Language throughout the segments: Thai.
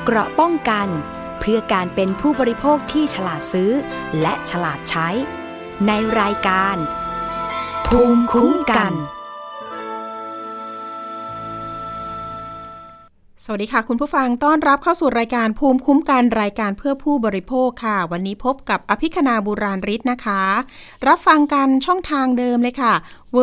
เกราะป้องกันเพื่อการเป็นผู้บริโภคที่ฉลาดซื้อและฉลาดใช้ในรายการภูมิคุ้มกันสวัสดีค่ะคุณผู้ฟังต้อนรับเข้าสู่รายการภูมิคุ้มกันรายการเพื่อผู้บริโภคค่ะวันนี้พบกับอภิคณาบุราริศนะคะรับฟังกันช่องทางเดิมเลยค่ะ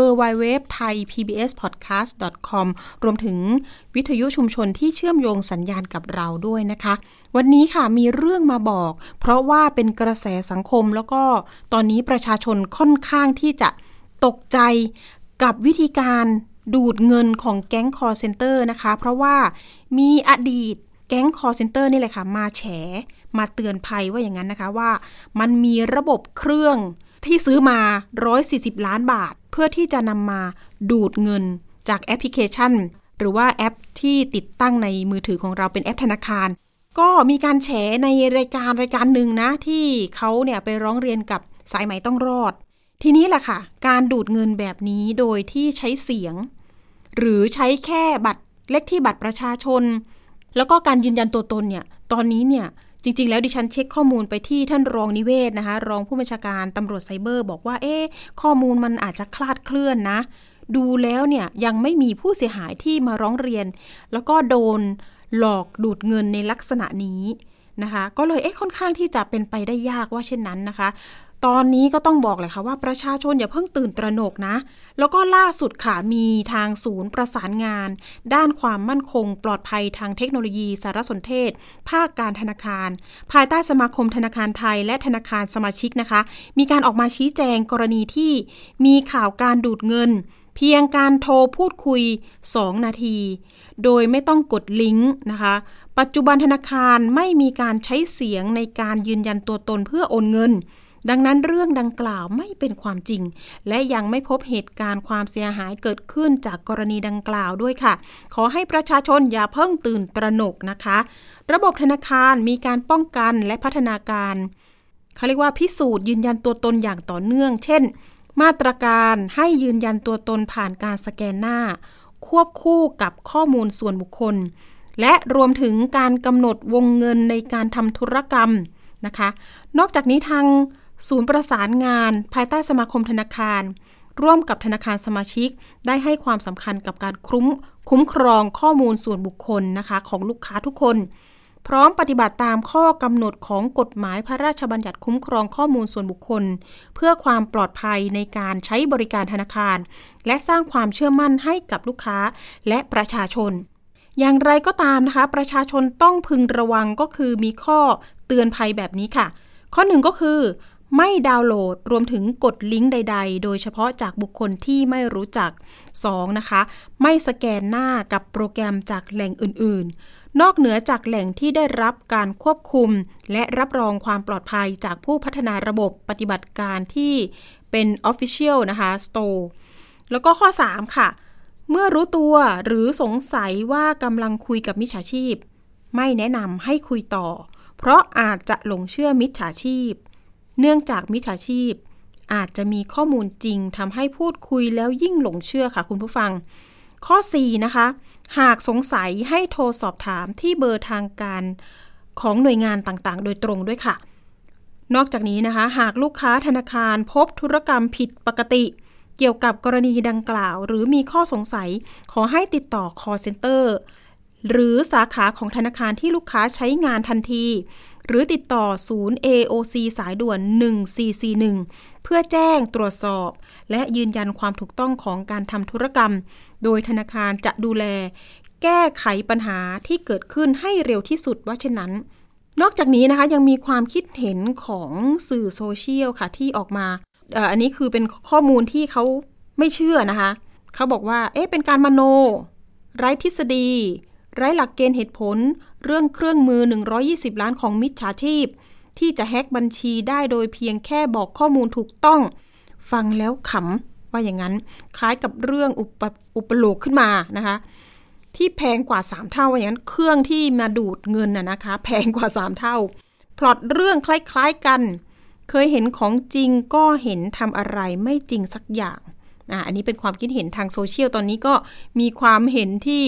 www.thaipbspodcast.com รวมถึงวิทยุชุมชนที่เชื่อมโยงสัญญาณกับเราด้วยนะคะวันนี้ค่ะมีเรื่องมาบอกเพราะว่าเป็นกระแสสังคมแล้วก็ตอนนี้ประชาชนค่อนข้างที่จะตกใจกับวิธีการดูดเงินของแก๊งคอลเซ็นเตอร์นะคะเพราะว่ามีอดีตแก๊งคอลเซ็นเตอร์นี่แหละค่ะมาแฉมาเตือนภัยว่าอย่างนั้นนะคะว่ามันมีระบบเครื่องที่ซื้อมา140ล้านบาทเพื่อที่จะนำมาดูดเงินจากแอปพลิเคชันหรือว่าแอปที่ติดตั้งในมือถือของเราเป็นแอปธนาคารก็มีการแฉในรายการหนึ่งนะที่เขาเนี่ยไปร้องเรียนกับสายไหมต้องรอดทีนี้แหละค่ะการดูดเงินแบบนี้โดยที่ใช้เสียงหรือใช้แค่บัตรเลขที่บัตรประชาชนแล้วก็การยืนยันตัวตนเนี่ยตอนนี้เนี่ยจริงๆแล้วดิฉันเช็คข้อมูลไปที่ท่านรองนิเวศนะคะรองผู้บัญชาการตำรวจไซเบอร์บอกว่าข้อมูลมันอาจจะคลาดเคลื่อนนะดูแล้วเนี่ยยังไม่มีผู้เสียหายที่มาร้องเรียนแล้วก็โดนหลอกดูดเงินในลักษณะนี้นะคะก็เลยค่อนข้างที่จะเป็นไปได้ยากว่าเช่นนั้นนะคะตอนนี้ก็ต้องบอกเลยค่ะว่าประชาชนอย่าเพิ่งตื่นตระหนกนะแล้วก็ล่าสุดค่ะมีทางศูนย์ประสานงานด้านความมั่นคงปลอดภัยทางเทคโนโลยีสารสนเทศภาคการธนาคารภายใต้สมาคมธนาคารไทยและธนาคารสมาชิกนะคะมีการออกมาชี้แจงกรณีที่มีข่าวการดูดเงินเพียงการโทรพูดคุย2นาทีโดยไม่ต้องกดลิงก์นะคะปัจจุบันธนาคารไม่มีการใช้เสียงในการยืนยันตัวตนเพื่อโอนเงินดังนั้นเรื่องดังกล่าวไม่เป็นความจริงและยังไม่พบเหตุการณ์ความเสียหายเกิดขึ้นจากกรณีดังกล่าวด้วยค่ะขอให้ประชาชนอย่าเพิ่งตื่นตระหนกนะคะระบบธนาคารมีการป้องกันและพัฒนาการเขาเรียกว่าพิสูจน์ยืนยันตัวตนอย่างต่อเนื่องเช่นมาตรการให้ยืนยันตัวตนผ่านการสแกนหน้าควบคู่กับข้อมูลส่วนบุคคลและรวมถึงการกำหนดวงเงินในการทำธุรกรรมนะคะนอกจากนี้ทางศูนย์ประสานงานภายใต้สมาคมธนาคารร่วมกับธนาคารสมาชิกได้ให้ความสำคัญกับการคุ้มครองข้อมูลส่วนบุคคลนะคะของลูกค้าทุกคนพร้อมปฏิบัติตามข้อกำหนดของกฎหมายพระราชบัญญัติคุ้มครองข้อมูลส่วนบุคคลเพื่อความปลอดภัยในการใช้บริการธนาคารและสร้างความเชื่อมั่นให้กับลูกค้าและประชาชนอย่างไรก็ตามนะคะประชาชนต้องพึงระวังก็คือมีข้อเตือนภัยแบบนี้ค่ะข้อ1ก็คือไม่ดาวน์โหลดรวมถึงกดลิงก์ใดๆโดยเฉพาะจากบุคคลที่ไม่รู้จัก2นะคะไม่สแกนหน้ากับโปรแกรมจากแหล่งอื่นๆนอกเหนือจากแหล่งที่ได้รับการควบคุมและรับรองความปลอดภัยจากผู้พัฒนาระบบปฏิบัติการที่เป็น Official นะคะ Store แล้วก็ข้อ3ค่ะเมื่อรู้ตัวหรือสงสัยว่ากำลังคุยกับมิจฉาชีพไม่แนะนำให้คุยต่อเพราะอาจจะหลงเชื่อมิจฉาชีพเนื่องจากมิจฉาชีพอาจจะมีข้อมูลจริงทำให้พูดคุยแล้วยิ่งหลงเชื่อค่ะคุณผู้ฟังข้อ4นะคะหากสงสัยให้โทรสอบถามที่เบอร์ทางการของหน่วยงานต่างๆโดยตรงด้วยค่ะนอกจากนี้นะคะหากลูกค้าธนาคารพบธุรกรรมผิดปกติเกี่ยวกับกรณีดังกล่าวหรือมีข้อสงสัยขอให้ติดต่อ call center หรือสาขาของธนาคารที่ลูกค้าใช้งานทันทีหรือติดต่อศูนย์ AOC สายด่วน1441เพื่อแจ้งตรวจสอบและยืนยันความถูกต้องของการทำธุรกรรมโดยธนาคารจะดูแลแก้ไขปัญหาที่เกิดขึ้นให้เร็วที่สุดว่าเช่นนั้นนอกจากนี้นะคะยังมีความคิดเห็นของสื่อโซเชียลค่ะที่ออกมาอันนี้คือเป็นข้อมูลที่เขาไม่เชื่อนะคะเขาบอกว่าเป็นการมโนไร้ทฤษฎีไร้หลักเกณฑ์เหตุผลเรื่องเครื่องมือ120ล้านของมิจฉาชีพที่จะแฮกบัญชีได้โดยเพียงแค่บอกข้อมูลถูกต้องฟังแล้วขำว่าอย่างนั้นคล้ายกับเรื่องอุปโลกขึ้นมานะคะที่แพงกว่า3เท่าว่าอย่างนั้นเครื่องที่มาดูดเงินนะคะแพงกว่า3เท่าพล็อตเรื่องคล้ายๆกันเคยเห็นของจริงก็เห็นทำอะไรไม่จริงสักอย่างอันนี้เป็นความคิดเห็นทางโซเชียลตอนนี้ก็มีความเห็นที่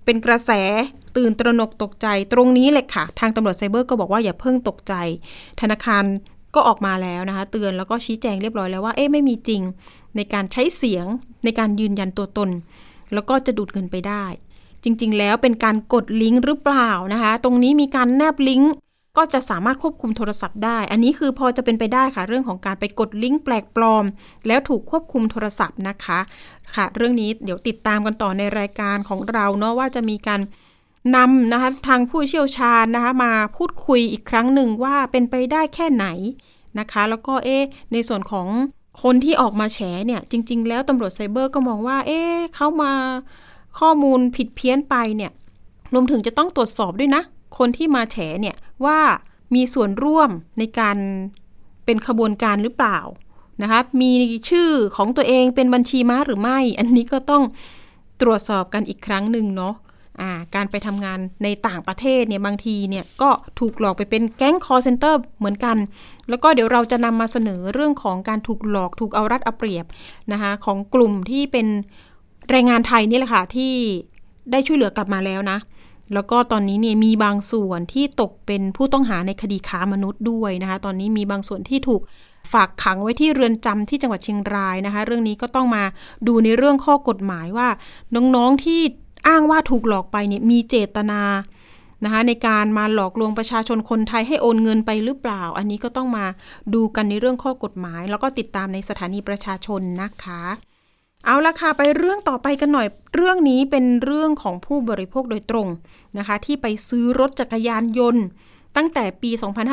เป็นกระแสตื่นตระหนกตกใจตรงนี้เลยค่ะทางตำรวจไซเบอร์ก็บอกว่าอย่าเพิ่งตกใจธนาคารก็ออกมาแล้วนะคะเตือนแล้วก็ชี้แจงเรียบร้อยแล้วว่าไม่มีจริงในการใช้เสียงในการยืนยันตัวตนแล้วก็จะดูดเงินไปได้จริงๆแล้วเป็นการกดลิงก์หรือเปล่านะคะตรงนี้มีการแนบลิงก์ก็จะสามารถควบคุมโทรศัพท์ได้อันนี้คือพอจะเป็นไปได้ค่ะเรื่องของการไปกดลิงก์แปลกปลอมแล้วถูกควบคุมโทรศัพท์นะคะค่ะเรื่องนี้เดี๋ยวติดตามกันต่อในรายการของเราเนาะว่าจะมีการนำนะคะทางผู้เชี่ยวชาญนะคะมาพูดคุยอีกครั้งหนึ่งว่าเป็นไปได้แค่ไหนนะคะแล้วก็ในส่วนของคนที่ออกมาแฉเนี่ยจริงๆแล้วตำรวจไซเบอร์ก็มองว่าเขามาข้อมูลผิดเพี้ยนไปเนี่ยรวมถึงจะต้องตรวจสอบด้วยนะคนที่มาแฉเนี่ยว่ามีส่วนร่วมในการเป็นขบวนการหรือเปล่านะคะมีชื่อของตัวเองเป็นบัญชีม้าหรือไม่อันนี้ก็ต้องตรวจสอบกันอีกครั้งหนึ่งเนาะการไปทำงานในต่างประเทศเนี่ยบางทีเนี่ยก็ถูกหลอกไปเป็นแก๊ง call center เหมือนกันแล้วก็เดี๋ยวเราจะนำมาเสนอเรื่องของการถูกหลอกถูกเอารัดเอาเปรียบนะคะของกลุ่มที่เป็นแรงงานไทยนี่แหละค่ะที่ได้ช่วยเหลือกลับมาแล้วนะแล้วก็ตอนนี้เนี่ยมีบางส่วนที่ตกเป็นผู้ต้องหาในคดีค้ามนุษย์ด้วยนะคะตอนนี้มีบางส่วนที่ถูกฝากขังไว้ที่เรือนจำที่จังหวัดเชียงรายนะคะเรื่องนี้ก็ต้องมาดูในเรื่องข้อกฎหมายว่าน้องๆที่อ้างว่าถูกหลอกไปเนี่ยมีเจตนานะคะในการมาหลอกลวงประชาชนคนไทยให้โอนเงินไปหรือเปล่าอันนี้ก็ต้องมาดูกันในเรื่องข้อกฎหมายแล้วก็ติดตามในสถานีประชาชนนะคะเอาละค่ะไปเรื่องต่อไปกันหน่อยเรื่องนี้เป็นเรื่องของผู้บริโภคโดยตรงนะคะที่ไปซื้อรถจักรยานยนต์ตั้งแต่ปี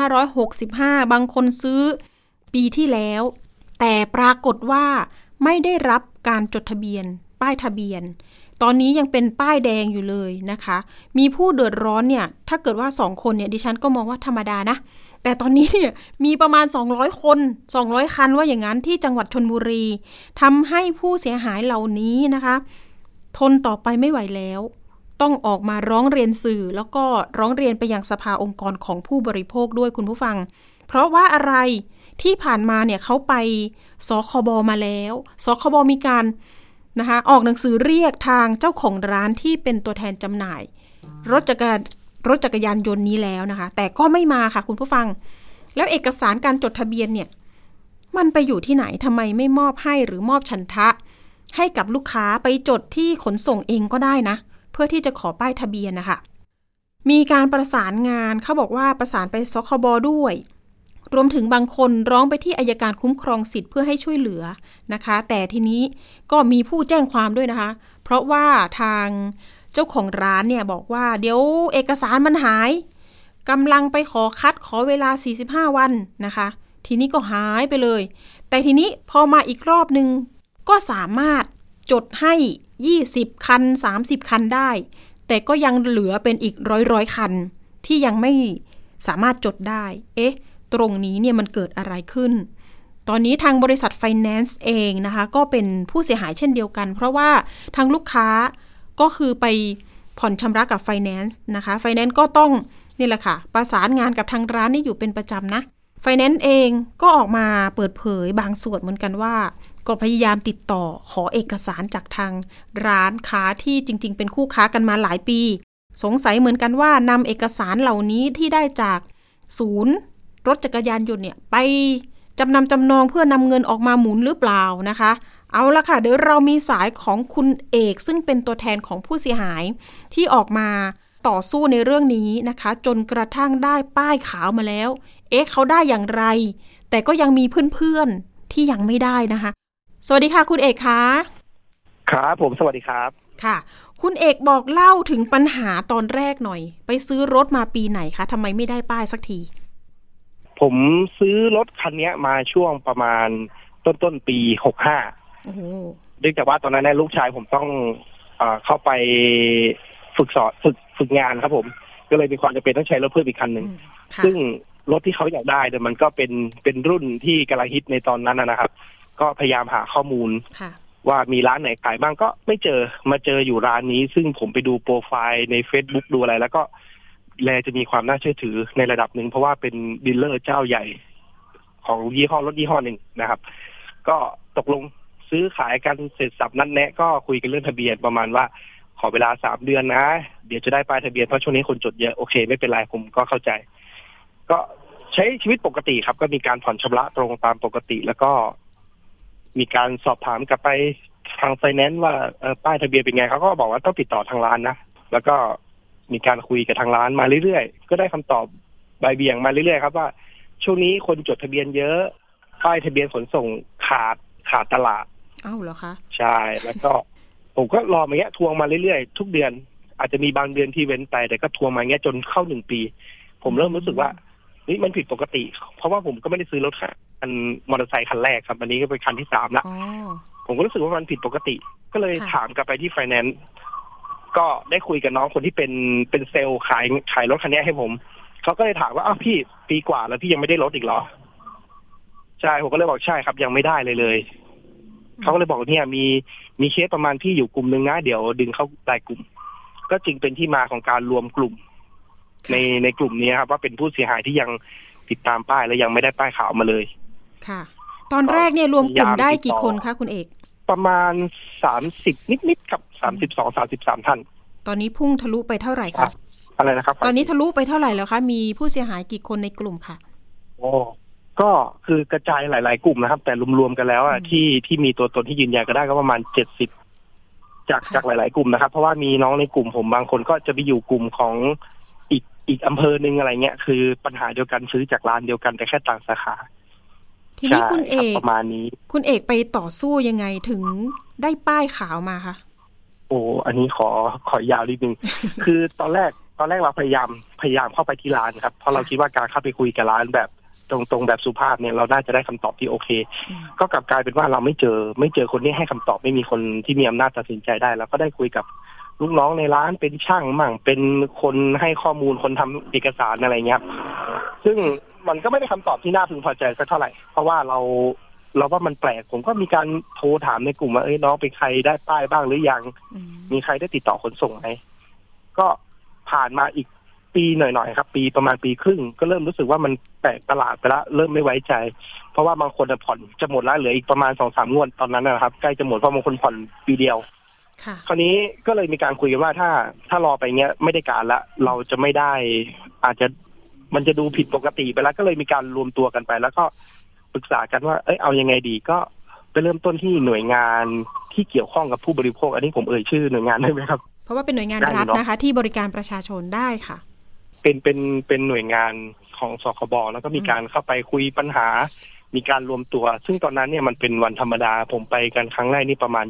2565บางคนซื้อปีที่แล้วแต่ปรากฏว่าไม่ได้รับการจดทะเบียนป้ายทะเบียนตอนนี้ยังเป็นป้ายแดงอยู่เลยนะคะมีผู้เดือดร้อนเนี่ยถ้าเกิดว่า2คนเนี่ยดิฉันก็มองว่าธรรมดานะแต่ตอนนี้เนี่ยมีประมาณ200คน200คันว่าอย่างนั้นที่จังหวัดชลบุรีทำให้ผู้เสียหายเหล่านี้นะคะทนต่อไปไม่ไหวแล้วต้องออกมาร้องเรียนสื่อแล้วก็ร้องเรียนไปยังสภาองค์กรของผู้บริโภคด้วยคุณผู้ฟังเพราะว่าอะไรที่ผ่านมาเนี่ยเขาไปสคบมาแล้วสคบมีการนะคะออกหนังสือเรียกทางเจ้าของร้านที่เป็นตัวแทนจำหน่ายรถจักรยานยนต์นี้แล้วนะคะแต่ก็ไม่มาค่ะคุณผู้ฟังแล้วเอกสารการจดทะเบียนเนี่ยมันไปอยู่ที่ไหนทำไมไม่มอบให้หรือมอบฉันทะให้กับลูกค้าไปจดที่ขนส่งเองก็ได้นะเพื่อที่จะขอป้ายทะเบียนนะคะมีการประสานงานเขาบอกว่าประสานไปสคบด้วยรวมถึงบางคนร้องไปที่อัยการคุ้มครองสิทธิ์เพื่อให้ช่วยเหลือนะคะแต่ทีนี้ก็มีผู้แจ้งความด้วยนะคะเพราะว่าทางเจ้าของร้านเนี่ยบอกว่าเดี๋ยวเอกสารมันหายกำลังไปขอเวลา45วันนะคะทีนี้ก็หายไปเลยแต่ทีนี้พอมาอีกรอบนึงก็สามารถจดให้20คัน30คันได้แต่ก็ยังเหลือเป็นอีกร้อยคันที่ยังไม่สามารถจดได้ตรงนี้เนี่ยมันเกิดอะไรขึ้นตอนนี้ทางบริษัทไฟแนนซ์เองนะคะก็เป็นผู้เสียหายเช่นเดียวกันเพราะว่าทางลูกค้าก็คือไปผ่อนชำระกับไฟแนนซ์นะคะไฟแนนซ์ก็ต้องนี่แหละค่ะประสานงานกับทางร้านนี่อยู่เป็นประจำนะไฟแนนซ์เองก็ออกมาเปิดเผยบางส่วนเหมือนกันว่าก็พยายามติดต่อขอเอกสารจากทางร้านค้าที่จริงๆเป็นคู่ค้ากันมาหลายปีสงสัยเหมือนกันว่านำเอกสารเหล่านี้ที่ได้จากศูนย์รถจักรยานยนต์เนี่ยไปจำนองเพื่อนำเงินออกมาหมุนหรือเปล่านะคะเอาละค่ะเดี๋ยวเรามีสายของคุณเอกซึ่งเป็นตัวแทนของผู้เสียหายที่ออกมาต่อสู้ในเรื่องนี้นะคะจนกระทั่งได้ป้ายขาวมาแล้วเขาได้อย่างไรแต่ก็ยังมีเพื่อนๆที่ยังไม่ได้นะคะสวัสดีค่ะคุณเอกคะครับผมสวัสดีครับค่ะคุณเอกบอกเล่าถึงปัญหาตอนแรกหน่อยไปซื้อรถมาปีไหนคะทำไมไม่ได้ป้ายสักทีผมซื้อรถคันนี้มาช่วงประมาณต้นปี65เนื่องจากว่าตอนนั้นลูกชายผมต้องเข้าไปฝึกงานครับผมก็เลยมีความจำเป็นต้องใช้รถเพิ่มอีกคันหนึ่งซึ่งรถที่เขาอยากได้เนี่ยมันก็เป็นรุ่นที่กำลังฮิตในตอนนั้นนะครับก็พยายามหาข้อมูลว่ามีร้านไหนขายบ้างก็ไม่เจอมาเจออยู่ร้านนี้ซึ่งผมไปดูโปรไฟล์ใน Facebook ดูอะไรแล้วก็จะมีความน่าเชื่อถือในระดับหนึ่งเพราะว่าเป็นดีลเลอร์เจ้าใหญ่ของรถยี่ห้อหนึ่งนะครับก็ตกลงซื้อขายกันเสร็จสับนัดแนะก็คุยกันเรื่องทะเบียนประมาณว่าขอเวลา3 เดือนนะเดี๋ยวจะได้ป้ายทะเบียนเพราะช่วงนี้คนจดเยอะโอเคไม่เป็นไรผมก็เข้าใจก็ใช้ชีวิตปกติครับก็มีการผ่อนชำระตรงตามปกติแล้วก็มีการสอบถามกลับไปทางไฟแนนซ์ว่าป้ายทะเบียนเป็นไงเขาก็บอกว่าต้องติดต่อทางร้านนะแล้วก็มีการคุยกับทางร้านมาเรื่อยๆก็ได้คำตอบใบเบี่ยงมาเรื่อยๆครับว่าช่วงนี้คนจดทะเบียนเยอะป้ายทะเบียนขนส่งขาดตลาดอ้าวเหรอคะใช่แล้วก็ผมก็รอมาเงี้ยทวงมาเรื่อยๆทุกเดือนอาจจะมีบางเดือนที่เว้นไปแต่ก็ทวงมาเงี้ยจนเข้า1 ปีผมเริ่มรู้สึกว่านี่มันผิดปกติเพราะว่าผมก็ไม่ได้ซื้อรถคันมอเตอร์ไซค์คันแรกครับอันนี้ก็เป็นคันที่3ละผมก็รู้สึกว่ามันผิดปกติก็เลยถามกลับไปที่ไฟแนนซ์ก็ได้คุยกับน้องคนที่เป็นเซลล์ขายรถคันนี้ให้ผมเขาก็เลยถามว่าอ้าวพี่ปีกว่าแล้วพี่ยังไม่ได้รถอีกเหรอใช่ผมก็เลยบอกใช่ครับยังไม่ได้เลยเขาก็เลยบอกเนี่ยมีเคสประมาณพี่อยู่กลุ่มนึงนะเดี๋ยวดึงเข้ารายกลุ่มก็จึงเป็นที่มาของการรวมกลุ่มในกลุ่มนี้ครับว่าเป็นผู้เสียหายที่ยังติดตามป้ายและยังไม่ได้ป้ายขาวมาเลยค่ะตอนแรกเนี่ยรวมกลุ่มได้กี่คนคะคุณเอกประมาณ30นิดๆครับ32-33ท่านตอนนี้พุ่งทะลุไปเท่าไหร่คะอะไรนะครับตอนนี้ทะลุไปเท่าไหร่แล้วคะมีผู้เสียหายกี่คนในกลุ่มค่ะโอ้ก็คือกระจายหลายๆกลุ่มนะครับแต่รวมๆกันแล้วอ่ะที่มีตัวตนที่ยืนยันก็ได้ก็ประมาณ70จากหลายๆกลุ่มนะครับเพราะว่ามีน้องในกลุ่มผมบางคนก็จะไปอยู่กลุ่มของอีกอำเภอนึงอะไรเงี้ยคือปัญหาเดียวกันซื้อจากร้านเดียวกันแต่แค่ต่างสาขาทีนี้คุณเอกประมาณนี้คุณเอกไปต่อสู้ยังไงถึงได้ป้ายขาวมาคะโอ้อันนี้ขอยาวนิดนึง คือตอนแรกเราพยายามเข้าไปที่ร้านครับเพราะเราคิดว่าการเข้าไปคุยกับร้านแบบตรงแบบสุภาพเนี่ยเราน่าจะได้คำตอบที่โอเคก็กลับกลายเป็นว่าเราไม่เจอคนที่ให้คำตอบไม่มีคนที่มีอำนาจตัดสินใจได้แล้วก็ได้คุยกับลูกน้องในร้านเป็นช่างมั่งเป็นคนให้ข้อมูลคนทำเอกสารอะไรเงี้ยซึ่งมันก็ไม่ได้คำตอบที่น่าพึงพอใจสักเท่าไหร่เพราะว่าเราว่ามันแปลกผมก็มีการโทรถามในกลุ่มว่าน้องเป็นใครได้ป้ายบ้างหรือยังมีใครได้ติดต่อขนส่งไหมก็ผ่านมาอีกปีหน่อยๆครับประมาณปีครึ่งก็เริ่มรู้สึกว่ามันแปลกประหลาดไปแล้วเริ่มไม่ไว้ใจเพราะว่าบางคนผ่อนจะหมดแล้วเหลืออีกประมาณ 2-3 งวดตอนนั้นนะครับใกล้จะหมดเพราะบางคนผ่อนปีเดียวคราวนี้ก็เลยมีการคุยกันว่าถ้ารอไปเงี้ยไม่ได้การละเราจะไม่ได้อาจจะมันจะดูผิดปกติไปแล้วก็เลยมีการรวมตัวกันไปแล้วก็ปรึกษากันว่าเอายังไงดีก็ไปเริ่มต้นที่หน่วยงานที่เกี่ยวข้องกับผู้บริโภคอันนี้ผมชื่อหน่วยงานได้ไหมครับเพราะว่าเป็นหน่วยงานรัฐนะคะที่บริการประชาชนได้ค่ะเป็นหน่วยงานของสคบแล้วก็มีการเข้าไปคุยปัญหามีการรวมตัวซึ่งตอนนั้นเนี่ยมันเป็นวันธรรมดาผมไปกันครั้งแรกนี่ประมาณ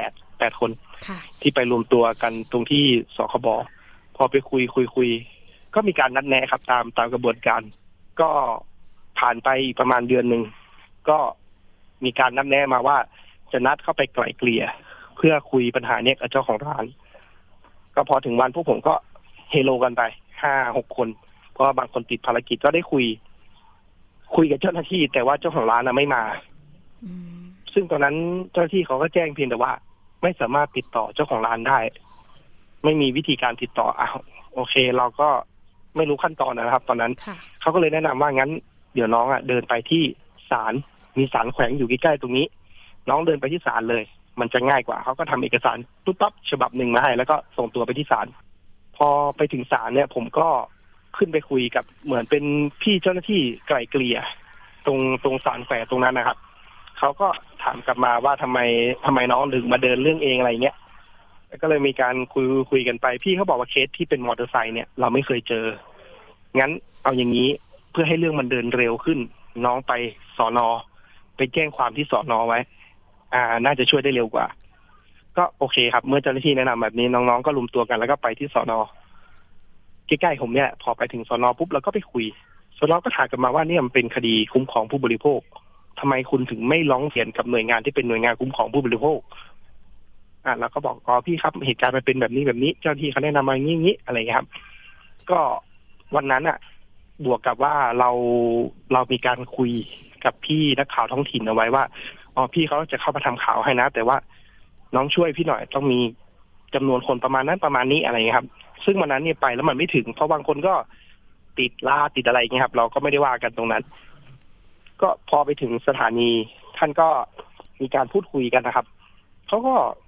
8คนที่ไปรวมตัวกันตรงที่สคบพอไปคุยก็มีการนัดแนะครับตามกระบวนการก็ผ่านไปประมาณเดือนนึงก็มีการนัดแนะมาว่าจะนัดเข้าไปไกล่เกลี่ยเพื่อคุยปัญหาเนี้ยกับเจ้าของร้านก็พอถึงวันพวกผมก็เฮโลกันไป 5-6 คนเพราะบางคนติดภารกิจก็ได้คุยกับเจ้าหน้าที่แต่ว่าเจ้าของร้านไม่มาซึ่งตอนนั้นเจ้าหน้าที่เขาก็แจ้งเพียงแต่ว่าไม่สามารถติดต่อเจ้าของร้านได้ไม่มีวิธีการติดต่อโอเคเราก็ไม่รู้ขั้นตอนนะครับตอนนั้นเขาก็เลยแนะนำว่างั้นเดี๋ยวน้องเดินไปที่ศาลมีศาลแขวงอยู่ใกล้ๆตรงนี้น้องเดินไปที่ศาลเลยมันจะง่ายกว่าเขาก็ทำเอกสารปุ๊บฉบับหนึ่งมาให้แล้วก็ส่งตัวไปที่ศาลพอไปถึงศาลเนี่ยผมก็ขึ้นไปคุยกับเหมือนเป็นพี่เจ้าหน้าที่ไกล่เกลี่ยตรงศาลแขวงตรงนั้นนะครับเขาก็ถามกลับมาว่าทำไมน้องถึงมาเดินเรื่องเองอะไรเงี้ยก็เลยมีการคุยกันไปพี่เขาบอกว่าเคสที่เป็นมอเตอร์ไซค์เนี่ยเราไม่เคยเจองั้นเอาอย่างนี้เพื่อให้เรื่องมันเดินเร็วขึ้นน้องไปสน.ไปแจ้งความที่สน.ไว้น่าจะช่วยได้เร็วกว่าก็โอเคครับเมื่อเจ้าหน้าที่แนะนำแบบนี้น้องๆก็รวมตัวกันแล้วก็ไปที่สน.ใกล้ๆผมเนี่ยพอไปถึงสน.ปุ๊บเราก็ไปคุยสน.ก็ถามกันมาว่าเนี่ยมันเป็นคดีคุ้มครองผู้บริโภคทำไมคุณถึงไม่ร้องเรียนกับหน่วยงานที่เป็นหน่วยงานคุ้มครองผู้บริโภคเราก็บอกพี่ครับเหตุการณ์มันเป็นแบบนี้เจ้าหน้าที่เขาแนะนำมาอย่างนี้อะไรครับก็วันนั้นบวกกับว่าเรามีการคุยกับพี่นักข่าวท้องถิ่นเอาไว้ว่าพี่เขาจะเข้ามาทำข่าวให้นะแต่ว่าน้องช่วยพี่หน่อยต้องมีจำนวนคนประมาณนั้นประมาณนี้อะไรครับซึ่งวันนั้นเนี่ยไปแล้วมันไม่ถึงเพราะบางคนก็ติดติดอะไรอย่างเงี้ยครับเราก็ไม่ได้ว่ากันตรงนั้นก็พอไปถึงสถานีท่านก็มีการพูดคุยกันนะครับเขาก็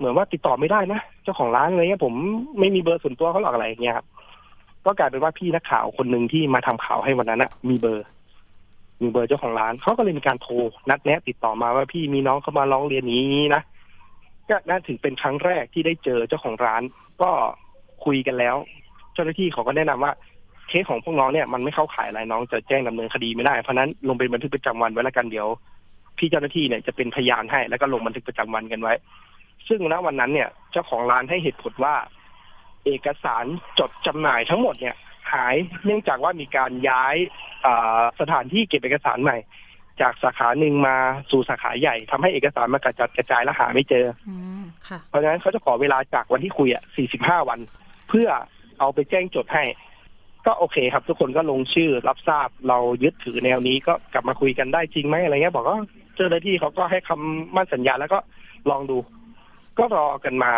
เหมือนว่าติดต่อไม่ได้นะเจ้าของร้านอะไรเงี้ยผมไม่มีเบอร์ส่วนตัวเขาหรอกอะไรเงี้ยครับก็กลายเป็นว่าพี่นักข่าวคนหนึ่งที่มาทำข่าวให้วันนั้นมีเบอร์เจ้าของร้านเขาก็เลยมีการโทรนัดแนะติดต่อมาว่าพี่มีน้องเขามาร้องเรียนนี้นะก็น่าถึงเป็นครั้งแรกที่ได้เจอเจ้าของร้านก็คุยกันแล้วเจ้าหน้าที่เขาก็แนะนำว่าเคสของพวกน้องเนี่ยมันไม่เข้าข่ายอะไรน้องจะแจ้งดำเนินคดีไม่ได้เพราะนั้นลงเป็นบันทึกประจำวันไว้แล้วกันเดี๋ยวพี่เจ้าหน้าที่เนี่ยจะเป็นพยานให้แล้วก็ลงบันทึกประจำวันกันไว้ซึ่งณวันนั้นเนี่ยเจ้าของร้านให้เหตุผลว่าเอกสารจดจำหน่ายทั้งหมดเนี่ยหายเนื่องจากว่ามีการย้ายสถานที่เก็บเอกสารใหม่จากสาขาหนึ่งมาสู่สาขาใหญ่ทำให้เอกสารมากระจัดกระจายและหาไม่เจอเพราะฉะนั้นเขาจะขอเวลาจากวันที่คุย45 วันเพื่อเอาไปแจ้งจดให้ก็โอเคครับทุกคนก็ลงชื่อรับทราบเรายึดถือแนวนี้ก็กลับมาคุยกันได้จริงไหมอะไรเงี้ยบอกว่าเจ้าหน้าที่เขาก็ให้คำมั่นสัญญาแล้วก็ลองดูก็รอกันมา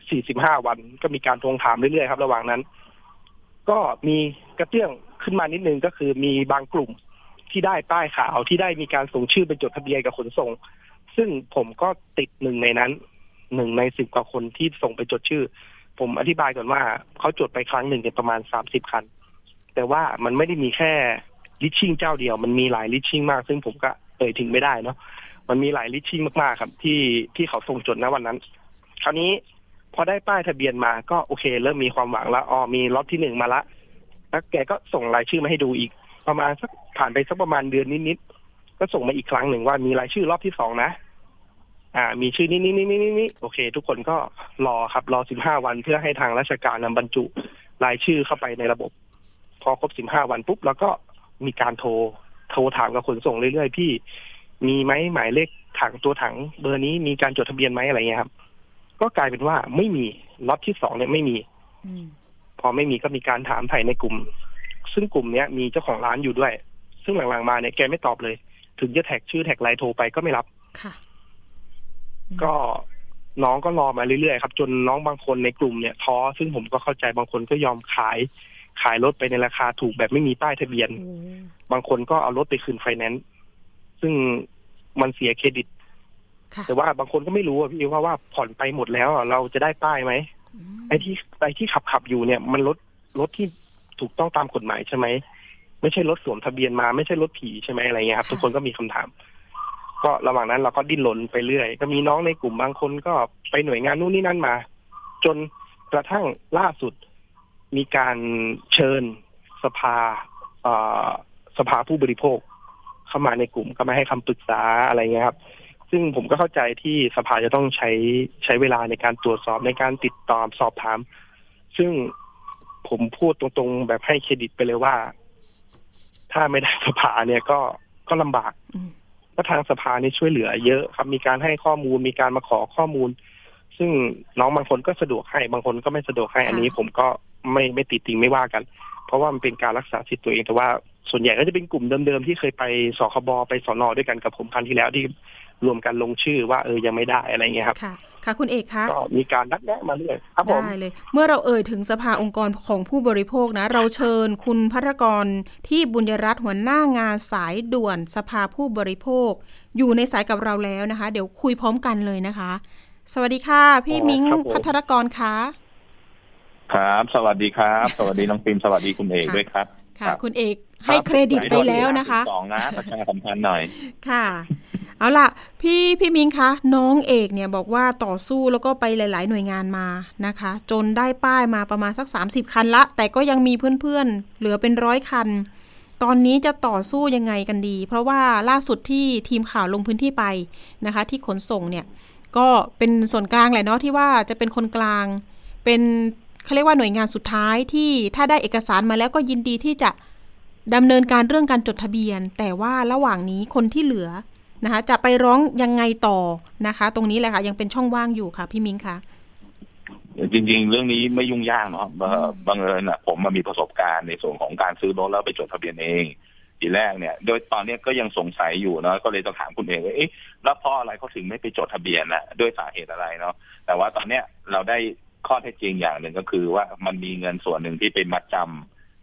45 วันก็มีการทวงถามเรื่อยๆครับระหว่างนั้นก็มีกระเตื้องขึ้นมานิดนึงก็คือมีบางกลุ่มที่ได้ป้ายขาวที่ได้มีการส่งชื่อไปจดทะเบียนกับขนส่งซึ่งผมก็ติดหนึ่งในนั้น1 ใน 10 กว่าคนที่ส่งไปจดชื่อผมอธิบายก่อนว่าเขาจดไปครั้งหนึ่งเนี่ยประมาณ30 คันแต่ว่ามันไม่ได้มีแค่ลิชชิ่งเจ้าเดียวมันมีหลายลิชชิ่งมากซึ่งผมก็ถึงไม่ได้เนาะมันมีหลายลิชชิ่งมากๆครับที่เขาส่งจดนะวันนั้นคราวนี้พอได้ป้ายทะเบียนมาก็โอเคเริ่มมีความหวังแล้วมีล็อตที่1มาละแล้วแกก็ส่งรายชื่อมาให้ดูอีกประมาณสักผ่านไปสักประมาณเดือนนิดๆก็ส่งมาอีกครั้งหนึ่งว่ามีรายชื่อรอบที่2นะมีชื่อนี้โอเคทุกคนก็รอครับรอ15 วันเพื่อให้ทางราชการนำบรรจุรายชื่อเข้าไปในระบบพอครบ15 วันปุ๊บแล้วก็มีการโทรถามกับขนส่งเรื่อยๆพี่มีไหมหมายเลขถังตัวถังเบอร์นี้มีการจดทะเบียนไหมอะไรเงี้ยครับก็กลายเป็นว่าไม่มีล็อตที่2เนี่ยไม่มีพอไม่มีก็มีการถามไถ่ในกลุ่มซึ่งกลุ่มนี้มีเจ้าของร้านอยู่ด้วยซึ่งหลังๆมาเนี่ยแกไม่ตอบเลยถึงจะแท็กชื่อแท็กไลน์โทรไปก็ไม่รับก็น้องก็รอมาเรื่อยๆครับจนน้องบางคนในกลุ่มเนี่ยท้อซึ่งผมก็เข้าใจบางคนก็ยอมขายรถไปในราคาถูกแบบไม่มีป้ายทะเบียนบางคนก็เอารถไปคืนไฟแนนซ์ซึ่งมันเสียเครดิตแต่ว่าบางคนก็ไม่รู้พี่ว่าผ่อนไปหมดแล้วเราจะได้ป้ายไหมไอ้ที่ขับอยู่เนี่ยมันรถที่ถูกต้องตามกฎหมายใช่ไหมไม่ใช่รถสวมทะเบียนมาไม่ใช่รถผีใช่ไหมอะไรเงี้ยครับทุกคนก็มีคำถามก็ระหว่างนั้นเราก็ดิ้นรนไปเรื่อยก็มีน้องในกลุ่มบางคนก็ไปหน่วยงานนู่นนี่นั่นมาจนกระทั่งล่าสุดมีการเชิญสภาผู้บริโภคเข้ามาในกลุ่มก็มาให้คำปรึกษาอะไรเงี้ยครับซึ่งผมก็เข้าใจที่สภาจะต้องใช้เวลาในการตรวจสอบในการติดต่อสอบถามซึ่งผมพูดตรงๆแบบให้เครดิตไปเลยว่าถ้าไม่ได้สภาเนี่ยก็ลำบากก็ทางสภานี่ช่วยเหลือเยอะครับมีการให้ข้อมูลมีการมาขอข้อมูลซึ่งน้องบางคนก็สะดวกให้บางคนก็ไม่สะดวกให้อันนี้ผมก็ไม่ติดติงไม่ว่ากันเพราะว่ามันเป็นการรักษาสิทธิ์ตัวเองแต่ว่าส่วนใหญ่ก็จะเป็นกลุ่มเดิมๆที่เคยไปสคบไปสนด้วยกันกับผมครั้งที่แล้วที่รวมกันลงชื่อว่ายังไม่ได้อะไรเงี้ยครับค่ะคุณเอกคะก็มีการนัดแนะมาเรื่อยครับผมได้เลยเมื่อเราถึงสภาองค์กรของผู้บริโภคนะเราเชิญคุณภัทรกรที่บุญยรัตน์หัวหน้างานสายด่วนสภาผู้บริโภคอยู่ในสายกับเราแล้วนะคะเดี๋ยวคุยพร้อมกันเลยนะคะสวัสดีค่ะพี่มิ้งภัทรกรคะครับสวัสดีครับสวัสดีน้องปิมสวัสดีคุณเอกด้วยครับค่ะคุณเอกให้เครดิตไปแล้วนะคะ 2นะประชาสัมพันธ์หน่อยค่ะเอาล่ะพี่มิ้งคะน้องเอกเนี่ยบอกว่าต่อสู้แล้วก็ไปหลายๆหน่วยงานมานะคะจนได้ป้ายมาประมาณสัก30 คันละแต่ก็ยังมีเพื่อนๆเหลือเป็น100 คันตอนนี้จะต่อสู้ยังไงกันดีเพราะว่าล่าสุดที่ทีมข่าวลงพื้นที่ไปนะคะที่ขนส่งเนี่ยก็เป็นส่วนกลางแหละเนาะที่ว่าจะเป็นคนกลางเป็นเขาเรียกว่าหน่วยงานสุดท้ายที่ถ้าได้เอกสารมาแล้วก็ยินดีที่จะดำเนินการเรื่องการจดทะเบียนแต่ว่าระหว่างนี้คนที่เหลือนะคะจะไปร้องยังไงต่อนะคะตรงนี้แหละค่ะยังเป็นช่องว่างอยู่ค่ะพี่มิ้งคะจริงๆเรื่องนี้ไม่ยุ่งยากเนาะบังเอิญผมมีประสบการณ์ในส่วนของการซื้อรถแล้วไปจดทะเบียนเองทีแรกเนี่ยโดยตอนนี้ก็ยังสงสัยอยู่เนาะก็เลยต้องถามคุณเอกว่าแล้วเพราะอะไรเขาถึงไม่ไปจดทะเบียนด้วยสาเหตุอะไรเนาะแต่ว่าตอนเนี้ยเราได้ข้อเท็จจริงอย่างหนึ่งก็คือว่ามันมีเงินส่วนหนึ่งที่เป็นมัดจำ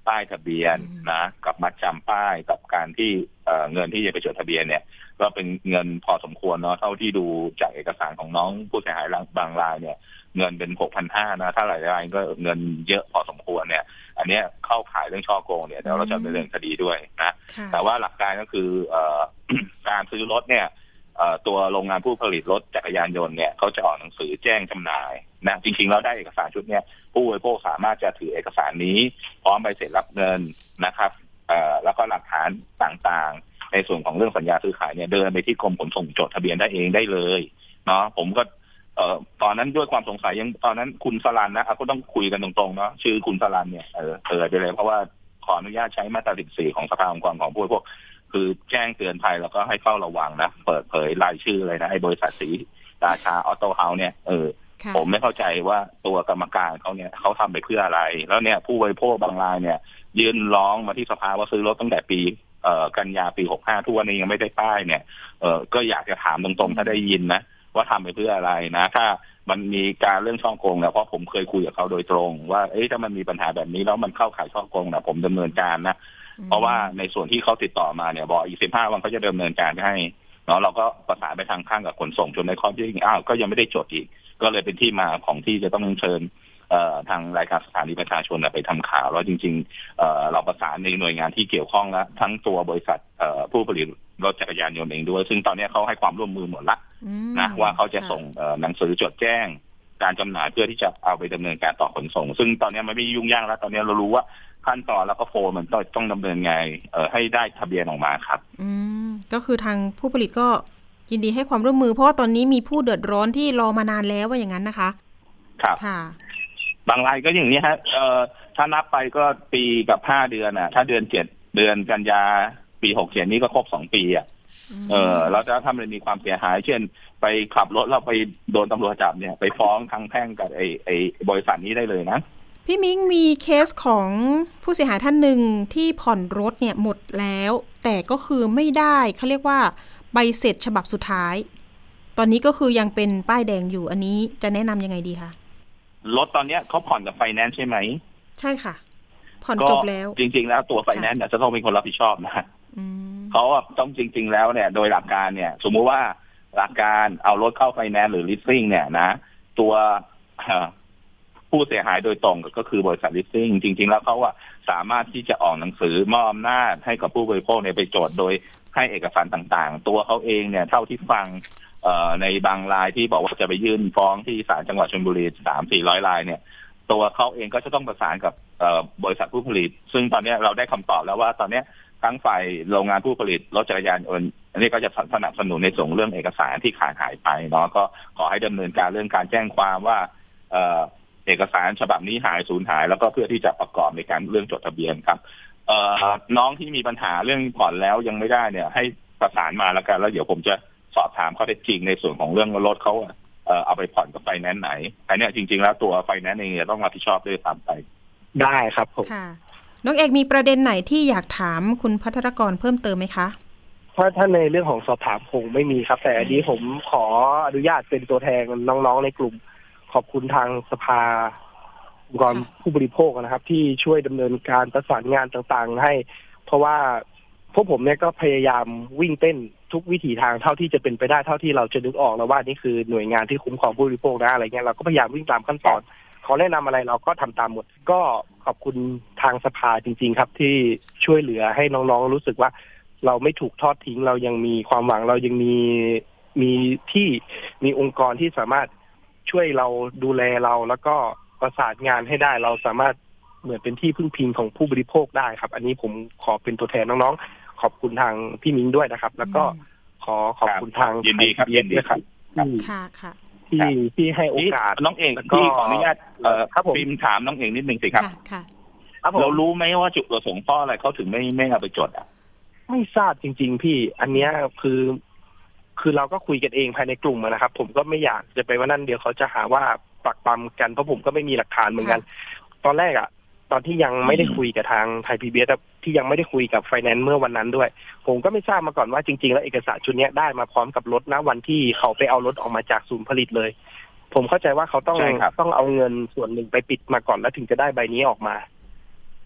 ป้ายทะเบียนนะกับมัดจำป้ายกับการที่เงินที่จะไปจดทะเบียนเนี่ยก็เป็นเงินพอสมควรเนาะเท่าที่ดูจากเอกสารของน้องผู้เสียหายบางรายเนี่ยเงินเป็น 6,500 นะถ้าหลายรายก็เงินเยอะพอสมควรเนี่ยอันนี้เข้าข่ายเรื่องฉ้อโกงเนี่ยเดี๋ยวเราจะดำเนินคดีด้วยนะแต่ว่าหลักการก็คือการซื้อรถเนี่ยตัวโรงงานผู้ผลิตรถจักรยานยนต์เนี่ยเขาจะออกหนังสือแจ้งจำหน่ายนะจริงๆแล้วได้เอกสารชุดเนี่ยผู้บริโภคสามารถจะถือเอกสารนี้พร้อมใบเสร็จรับเงินนะครับแล้วก็หลักฐานต่างๆในส่วนของเรื่องสัญญาซื้อขายเนี่ยเดินไปที่กรมขนส่งจดทะเบียนได้เองได้เลยเนาะผมก็ตอนนั้นด้วยความสงสัยยังตอนนั้นคุณสรัญนะก็ต้องคุยกันตรงๆเนาะชื่อคุณสรัญเนี่ยไปเลยเพราะว่าขออนุญาตใช้มาตรา14ของสภาองค์กรของผู้บริโภคคือแจ้งเตือนภัยแล้วก็ให้เฝ้าระวังนะเปิดเผยรายชื่อเลยนะไอ้บริษัทศรีราชาออโต้เฮาส์เนี่ยผมไม่เข้าใจว่าตัวกรรมการเขาเนี่ยเขาทำไปเพื่ออะไรแล้วเนี่ยผู้บริโภคบางรายเนี่ยยื่นร้องมาที่สภาว่าซื้อรถตั้งแต่ปีกันยาปี65ทุกวันนี้ยังไม่ได้ป้ายเนี่ยก็อยากจะถามตรงๆถ้าได้ยินนะว่าทำไปเพื่ออะไรนะถ้ามันมีการเรื่องช่อโกงเนี่ยเพราะผมเคยคุยกับเขาโดยตรงว่าถ้ามันมีปัญหาแบบนี้แล้วมันเข้าข่ายช่อโกงนะผมดำเนินการนะเพราะว่าในส่วนที่เขาติดต่อมาเนี่ยบอกอีก15 วันเขาจะดำเนินการให้เนาะเราก็ประสานไปทางข้างกับขนส่งจนในข้อที่ก็ยังไม่ได้จดอีกก็เลยเป็นที่มาของที่จะต้องเชิญทางรายการสถานีประชาชนไปทำข่าวแล้วจริงๆเราประสานในหน่วยงานที่เกี่ยวข้องแล้วทั้งตัวบริษัทผู้ผลิตรถจักรยานยนต์เองด้วยซึ่งตอนนี้เขาให้ความร่วมมือหมดละนะว่าเขาจะส่งหนังสือจดแจ้งการจำหน่ายเพื่อที่จะเอาไปดำเนินการต่อขนส่งซึ่งตอนนี้มันไม่ยุ่งยากแล้วตอนนี้เรารู้ว่าขั้นตอนแล้วก็โฟล์มันต้องดำเนินไงให้ได้ทะเบียนออกมาครับก็คือทางผู้ผลิตก็ยินดีให้ความร่วมมือเพราะว่าตอนนี้มีผู้เดือดร้อนที่รอมานานแล้วว่าอย่างนั้นนะคะครับค่ะบางรายก็อย่างนี้ฮะถ้านับไปก็ปีกับ5 เดือนถ้าเดือน7 เดือนกันยาปี67นี้ก็ครบ2 ปีเราจะทำอะไรมีความเสียหายเช่นไปขับรถเราไปโดนตำรวจจับเนี่ยไปฟ้องทางแพ่งกับไอ้บริษัทนี้ได้เลยนะพี่มิ้งมีเคสของผู้เสียหายท่านหนึ่งที่ผ่อนรถเนี่ยหมดแล้วแต่ก็คือไม่ได้เขาเรียกว่าใบเสร็จฉบับสุดท้ายตอนนี้ก็คือยังเป็นป้ายแดงอยู่อันนี้จะแนะนำยังไงดีคะรถตอนนี้เขาผ่อนกับไฟแนนซ์ใช่ไหมใช่ค่ะผ่อนจบแล้วจริงๆแล้วตัวไฟแนนซ์เนี่ยจะต้องเป็นคนรับผิดชอบนะเขาต้องจริงๆแล้วเนี่ยโดยหลักการเนี่ยสมมุติว่าหลักการเอารถเข้าไฟแนนซ์หรือลิสซิ่งเนี่ยนะตัวผู้เสียหายโดยตรงก็คือบริษัทลิสซิ่งจริงๆแล้วเขาสามารถที่จะออกหนังสือมอบอำนาจให้กับผู้บริโภคเนี่ยไปโจทย์โดยให้เอกสารต่างๆตัวเขาเองเนี่ยเท่าที่ฟังในบางรายที่บอกว่าจะไปยื่นฟ้องที่ศาลจังหวัดชลบุรี 300-400 รายเนี่ยตัวเขาเองก็จะต้องประสานกับบริษัทผู้ผลิตซึ่งตอนนี้เราได้คำตอบแล้วว่าตอนนี้ทั้งฝ่ายโรงงานผู้ผลิตรถจักรยานยนต์อันนี้ก็จะสนับสนุนในส่วนเรื่องเอกสารที่ขาดหายไปเนาะก็ขอให้ดำเนินการเรื่องการแจ้งความว่าเอกสารฉบับนี้สูญหายแล้วก็เพื่อที่จะประกอบในการเรื่องจดทะเบียนครับน้องที่มีปัญหาเรื่องผ่อนแล้วยังไม่ได้เนี่ยให้ประสานมาแล้วกันแล้วเดี๋ยวผมจะสอบถามข้อเท็จจริงในส่วนของเรื่องรถเขาเอาไปผ่อนกับไฟแนนซ์ไหนอันนี้จริงๆแล้วตัวไฟแนนซ์เองต้องรับผิดชอบด้วยตามไปได้ครับผมค่ะน้องเอกมีประเด็นไหนที่อยากถามคุณภัทรกรเพิ่มเติมไหมคะถ้าในเรื่องของสอบถามคงไม่มีครับแต่อันนี้ผมขออนุญาตเป็นตัวแทนน้องๆในกลุ่มขอบคุณทางสภาองค์กรผู้บริโภคนะครับที่ช่วยดำเนินการประสานงานต่างๆให้เพราะว่าพวกผมเนี่ยก็พยายามวิ่งเต้นทุกวิถีทางเท่าที่จะเป็นไปได้เท่าที่เราจะนึกออกแล้วว่านี่คือหน่วยงานที่คุ้มครองผู้บริโภคนะอะไรเงี้ยเราก็พยายามวิ่งตามขั้นตอนเขาแนะนำอะไรเราก็ทำตามหมดก็ขอบคุณทางสภาจริงๆครับที่ช่วยเหลือให้น้องๆรู้สึกว่าเราไม่ถูกทอดทิ้งเรายังมีความหวังเรายังมีองค์กรที่สามารถช่วยเราดูแลเราแล้วก็ประสานงานให้ได้เราสามารถเหมือนเป็นที่พึ่งพิงของผู้บริโภคได้ครับอันนี้ผมขอเป็นตัวแทนน้องๆขอบคุณทางพี่มิ้งด้วยนะครับแล้วก็ขอบคุณทางยินดีครับยินดีครับค่ะที่ให้โอกาสน้องเองที่ขออนุญาตพิมพ์ถามน้องเองนิดนึงสิครับเรารู้ไหมว่าจุดประสงค์เพราะอะไรเขาถึงไม่เอาไปจดไม่ทราบจริงๆพี่อันเนี้ยคือเราก็คุยกันเองภายในกลุ่มนะครับผมก็ไม่อยากจะไปว่านั่นเดี๋ยวเขาจะหาว่าปักปั๊มกันเพราะผมก็ไม่มีหลักฐานเหมือนกันตอนแรกตอนที่ยังไม่ได้คุยกับทางไทย PBS ที่ยังไม่ได้คุยกับไฟแนนซ์เมื่อวันนั้นด้วยผมก็ไม่ทราบมาก่อนว่าจริงๆแล้วเอกสารชุดนี้ได้มาพร้อมกับรถนะวันที่เขาไปเอารถออกมาจากศูนย์ผลิตเลยผมเข้าใจว่าเขาต้องเอาเงินส่วนหนึ่งไปปิดมาก่อนแล้วถึงจะได้ใบนี้ออกมา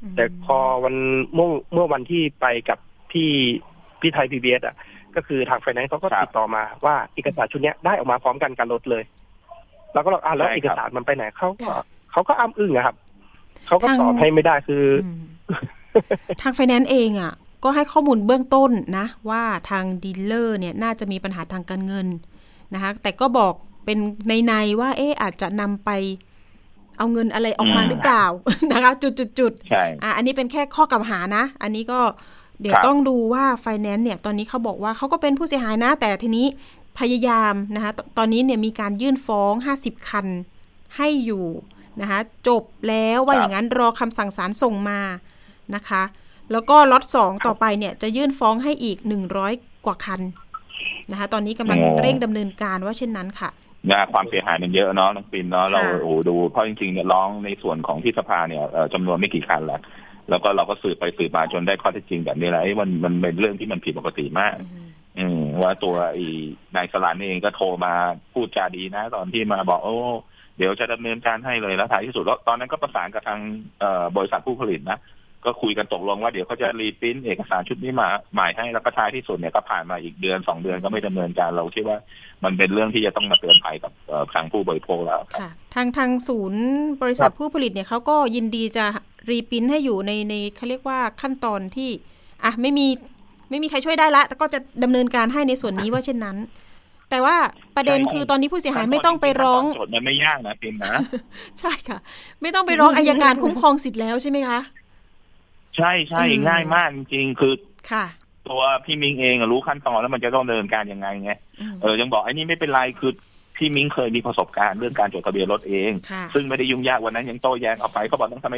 แต่พอเมื่อวันที่ไปกับพี่ไทย PBS อ่ะก็คือทางไฟแนนซ์เขาก็ติดต่อมาว่าเอกสารชุดนี้ได้ออกมาพร้อมกันการลดเลยเราก็บอกแล้วเอกสารมันไปไหนเขาก็อ้ำอึ้งอะครับเขาก็ตอบให้ไม่ได้คือทางไฟแนนซ์เองอ่ะก็ให้ข้อมูลเบื้องต้นนะว่าทางดีลเลอร์เนี่ยน่าจะมีปัญหาทางการเงินนะคะแต่ก็บอกเป็นในว่าอาจจะนำไปเอาเงินอะไรออกมาหรือเปล่านะคะจุดๆใช่อันนี้เป็นแค่ข้อกล่าวหานะอันนี้ก็เดี๋ยวต้องดูว่าไฟแนนซ์เนี่ยตอนนี้เขาบอกว่าเขาก็เป็นผู้เสียหายนะแต่ทีนี้พยายามนะคะตอนนี้เนี่ยมีการยื่นฟ้อง50คันให้อยู่นะคะจบแล้วว่าอย่างนั้นรอคำสั่งศาลส่งมานะคะแล้วก็ล็อต2ต่อไปเนี่ยจะยื่นฟ้องให้อีก100กว่าคันนะคะตอนนี้กำลังเร่งดำเนินการว่าเช่นนั้นค่ะความเสียหายมันเยอะเนาะน้องปิ่นเนาะเราดูเพราะจริงๆเนี่ยร้องในส่วนของที่สภาเนี่ยจำนวนไม่กี่คันแล้วก็เราก็สืบไปสืบมาจนได้ข้อเท็จจริงแบบนี้แหละมันเป็นเรื่องที่มันผิดปกติมากว่าตัวนายสลันเองก็โทรมาพูดจาดีนะตอนที่มาบอกเดี๋ยวจะดำเนินการให้เลยแล้วท้ายที่สุดแล้วตอนนั้นก็ประสานกับทางบริษัทผู้ผลิตนะก็คุยกันตกลงว่าเดี๋ยวเขาจะรีพรินท์เอกสารชุดนี้มาใหม่ให้แล้วก็ท้ายที่สุดเนี่ยก็ผ่านมาอีกเดือน2เดือนก็ไม่ดำเนินการเราคิดว่ามันเป็นเรื่องที่จะต้องมาเตือนภัยกับทางผู้บริโภคแล้วค่ะทางศูนย์บริษัทผู้ผลิตเนี่ยเขาก็ยินดีจะรีพรินท์ให้อยู่ในเขาเรียกว่าขั้นตอนที่ไม่มีใครช่วยได้ละแต่ก็จะดำเนินการให้ในส่วนนี้ว่าเช่นนั้นแต่ว่าประเด็นคือตอนนี้ผู้เสียหายไม่ต้องไปร้องโจทย์มันไม่ยากนะพิมนะใช่ค่ะไม่ต้องไปร้องอัยการคุ้มครองสิทธิ์แล้วใช่ไหมคะใช่ง่ายมากจริงๆคือค่ะตัวพี่มิงเองรู้ขั้นตอนแล้วมันจะต้องดำเนินการยังไงไงยังบอกไอ้นี่ไม่เป็นไรคือพี่มิงเคยมีประสบการณ์เรื่องการจดทะเบียนรถเองซึ่งไม่ได้ยุ่งยากวันนั้นยังโต้แย้งเอาไปเขาบอกต้องทำให้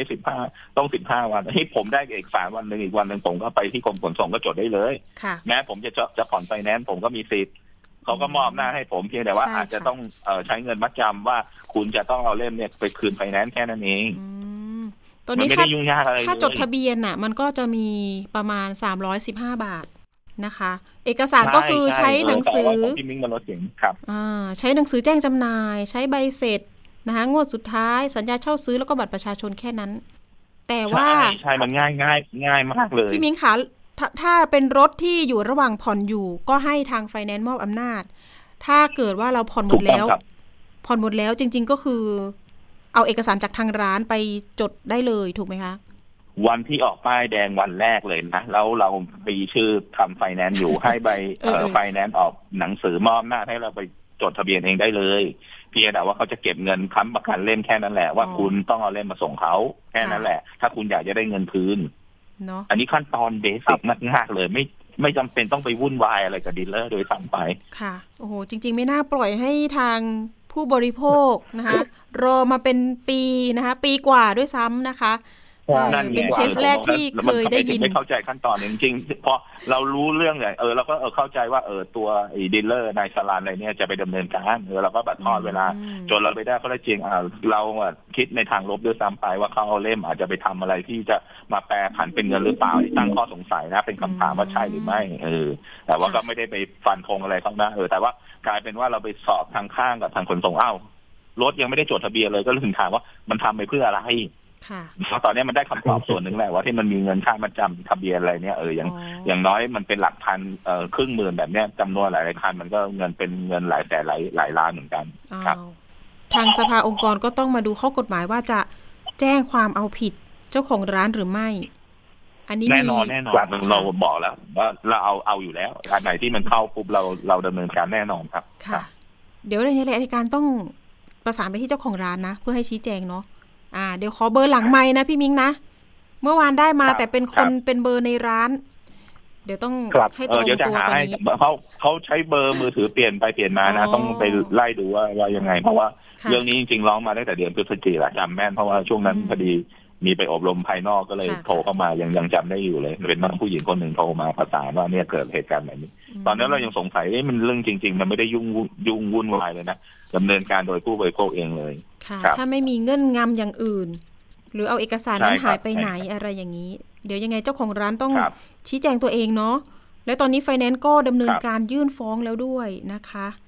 15วันให้ผมได้เอกสารวันนึงอีกวันนึงผมก็ไปที่กรมขนส่งก็จดได้เลยแม้ผมจะผ่อนไฟแนนซ์ผมก็มีสิทธิ์เขาก็มอบหน้าให้ผมเพียงแต่ว่าอาจจะต้องใช้เงินมัดจำว่าคุณจะต้องเอาเล่มเนี่ยไปคืนไฟแนนซ์แค่นั้นเองตัวนี้ค่าจดทะเบียนน่ะมันก็จะมีประมาณ315 บาทนะคะเอกสารก็คือใช้หนังสือที่มิ้งมันลดเสียงครับใช้หนังสือแจ้งจำหน่ายใช้ใบเสร็จนะคะงวดสุดท้ายสัญญาเช่าซื้อแล้วก็บัตรประชาชนแค่นั้นแต่ว่าใช่มันง่ายมากเลยพี่มิ้งคะถ้าเป็นรถที่อยู่ระหว่างผ่อนอยู่ก็ให้ทางไฟแนนซ์มอบอำนาจถ้าเกิดว่าเราผ่อนหมดแล้วจริงๆก็คือเอาเอกสารจากทางร้านไปจดได้เลยถูกไหมคะวันที่ออกป้ายแดงวันแรกเลยนะแล้วเราปีชื่อทำไฟแนนซ์อยู่ให้ใบไฟแนนซ์ออกหนังสือมอบหน้าให้เราไปจดทะเบียนเองได้เลยเพียงแต่ว่าเขาจะเก็บเงินค้ำประกันเล่มแค่นั้นแหละว่าคุณต้องเอาเล่มมาส่งเขาแค่นั้นแหละถ้าคุณอยากจะได้เงินคืนอันนี้ขั้นตอนเบสิกมากๆเลยไม่จำเป็นต้องไปวุ่นวายอะไรกับดีลเลอร์โดยซ้ำไปค่ะโอ้โหจริงๆไม่น่าปล่อยให้ทางผู้บริโภคนะคะรอมาเป็นปีนะคะปีกว่าด้วยซ้ำนะคะเป็นเคสแรกที่เคยได้ยินไม่เข้าใจขั้นตอนจริงๆเพราะเรารู้เรื่องเนี่ยเราก็เข้าใจว่าตัวดีลเลอร์นายสลานอะไรเนี่ยจะไปดำเนินการเราก็บัดทอดเวลาจนเราไปได้ข้อเท็จจริงเราคิดในทางลบด้วยซ้ำไปว่าเขาเอาเล่มอาจจะไปทำอะไรที่จะมาแปลผันเป็นเงินหรือเปล่าที่ตั้งข้อสงสัยนะเป็นคำถามว่าใช่หรือไม่แต่ว่าก็ไม่ได้ไปฟันธงอะไรข้างหน้าแต่ว่ากลายเป็นว่าเราไปสอบทางข้างกับทางขนส่งรถยังไม่ได้จดทะเบียนเลยก็เลยถามว่ามันทำไปเพื่ออะไรเพราะตอนนี้มันได้คำตอบส่วนหนึ่งแหละว่าที่มันมีเงินค่ามัดจำทะเบียนอะไรเนี่ยอย่างน้อยมันเป็นหลักพันครึ่งหมื่นแบบเนี้ยจำนวนหลายคันมันก็เงินเป็นเงินหลายแต่หลายล้านเหมือนกันครับทางสภาองค์กรก็ต้องมาดูข้อกฎหมายว่าจะแจ้งความเอาผิดเจ้าของร้านหรือไม่อันนี้แน่นอนเราบอกแล้วว่าเราเอาอยู่แล้วอันไหนที่มันเข้าปุ๊บเราดำเนินการแน่นอนครับค่ะเดี๋ยวในรายการต้องประสานไปที่เจ้าของร้านนะเพื่อให้ชี้แจงเนาะเดี๋ยวขอเบอร์หลังไมค์นะพี่มิ้งนะเมื่อวานได้มาแต่เป็นคนเป็นเบอร์ในร้านเดี๋ยวต้องให้ตรงตัวตอนนี้เขาใช้เบอร์มือถือเปลี่ยนไปเปลี่ยนมานะต้องไปไล่ดูว่ายังไงเพราะว่าเรื่องนี้จริงๆร้องมาตั้งแต่เดือนพฤศจิกายนจำแม่นเพราะว่าช่วงนั้นพอดีมีไปอบรมภายนอกก็เลยโทรเข้ามายังจำได้อยู่เลยเป็นน้องผู้หญิงคนหนึ่งโทรมาประสานว่าเนี่ยเกิดเหตุการณ์แบบนี้ตอนนั้นเรายังสงสัยมันเรื่องจริงๆมันไม่ได้ยุ่งวุ่นวายเลยนะดำเนินการโดยผู้บริโภคเองเลยค่ะถ้าไม่มีเงื่อนงำอย่างอื่นหรือเอาเอกสารนั้นหายไปไหนอะไรอย่างนี้เดี๋ยวยังไงเจ้าของร้านต้องชี้แจงตัวเองเนาะและตอนนี้ไฟแนนซ์ก็ดำเนินการยื่นฟ้องแล้วด้วยนะคะ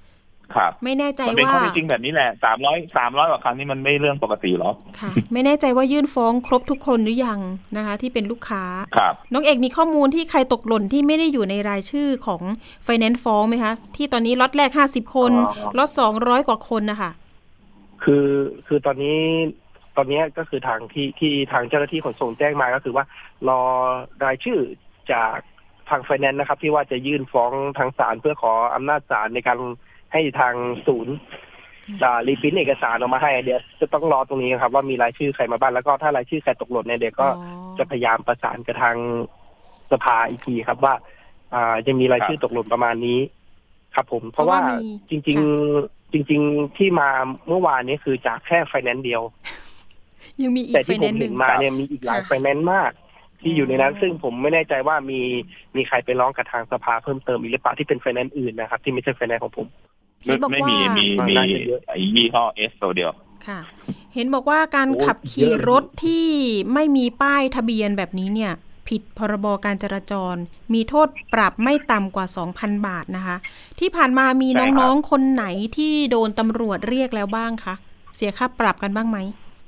ครับไม่แน่ใจว่าเป็นข้อเท็จจริงแบบนี้แหละ300กว่าครั้งนี่มันไม่เรื่องปกติหรอค่ะไม่แน่ใจว่ายื่นฟ้องครบทุกคนหรือยังนะคะที่เป็นลูกค้าครับน้องเอกมีข้อมูลที่ใครตกหล่นที่ไม่ได้อยู่ในรายชื่อของไฟแนนซ์ฟ้องไหมคะที่ตอนนี้ล็อตแรก50คนล็อต200กว่าคนนะคะคือตอนนี้ก็คือทางที่ทางเจ้าหน้าที่ขนส่งแจ้งมาก็คือว่ารอรายชื่อจากทางไฟแนนซ์นะครับที่ว่าจะยื่นฟ้องทางศาลเพื่อขออำนาจศาลในการให้ทางศูนย์รีพิมพ์เอกสารออกมาให้เดี๋ยวจะต้องรอตรงนี้ครับว่ามีรายชื่อใครมาบ้างแล้วก็ถ้ารายชื่อใครตกหล่นเนี่ยเดี๋ยวก็จะพยายามประสานกับทางสภาอีกทีครับว่าจะมีรายชื่อตกหล่นประมาณนี้ครับผมเพราะว่าจริงที่มาเมื่อวานนี้คือจากแค่ไฟแนนซ์เดียวยังมีอีกไฟแนนซ์หนึ่งมาเนี่ยมีอีกหลายไฟแนนซ์มากที่อยู่ในนั้นซึ่งผมไม่แน่ใจว่ามีใครไปร้องกับทางสภาเพิ่มเติมอีกหรือเปล่าที่เป็นไฟแนนซ์อื่นนะครับที่ไม่ใช่ไฟแนนซ์ของผมไม่มียี่ห้อ S ตัวเดียวค่ะเห็นบอกว่าการขับขี่รถที่ไม่มีป้ายทะเบียนแบบนี้เนี่ยผิดพรบการจราจรมีโทษปรับไม่ต่ำกว่า 2,000 บาทนะคะที่ผ่านมามีน้องๆคนไหนที่โดนตำรวจเรียกแล้วบ้างคะเสียค่าปรับกันบ้างไหม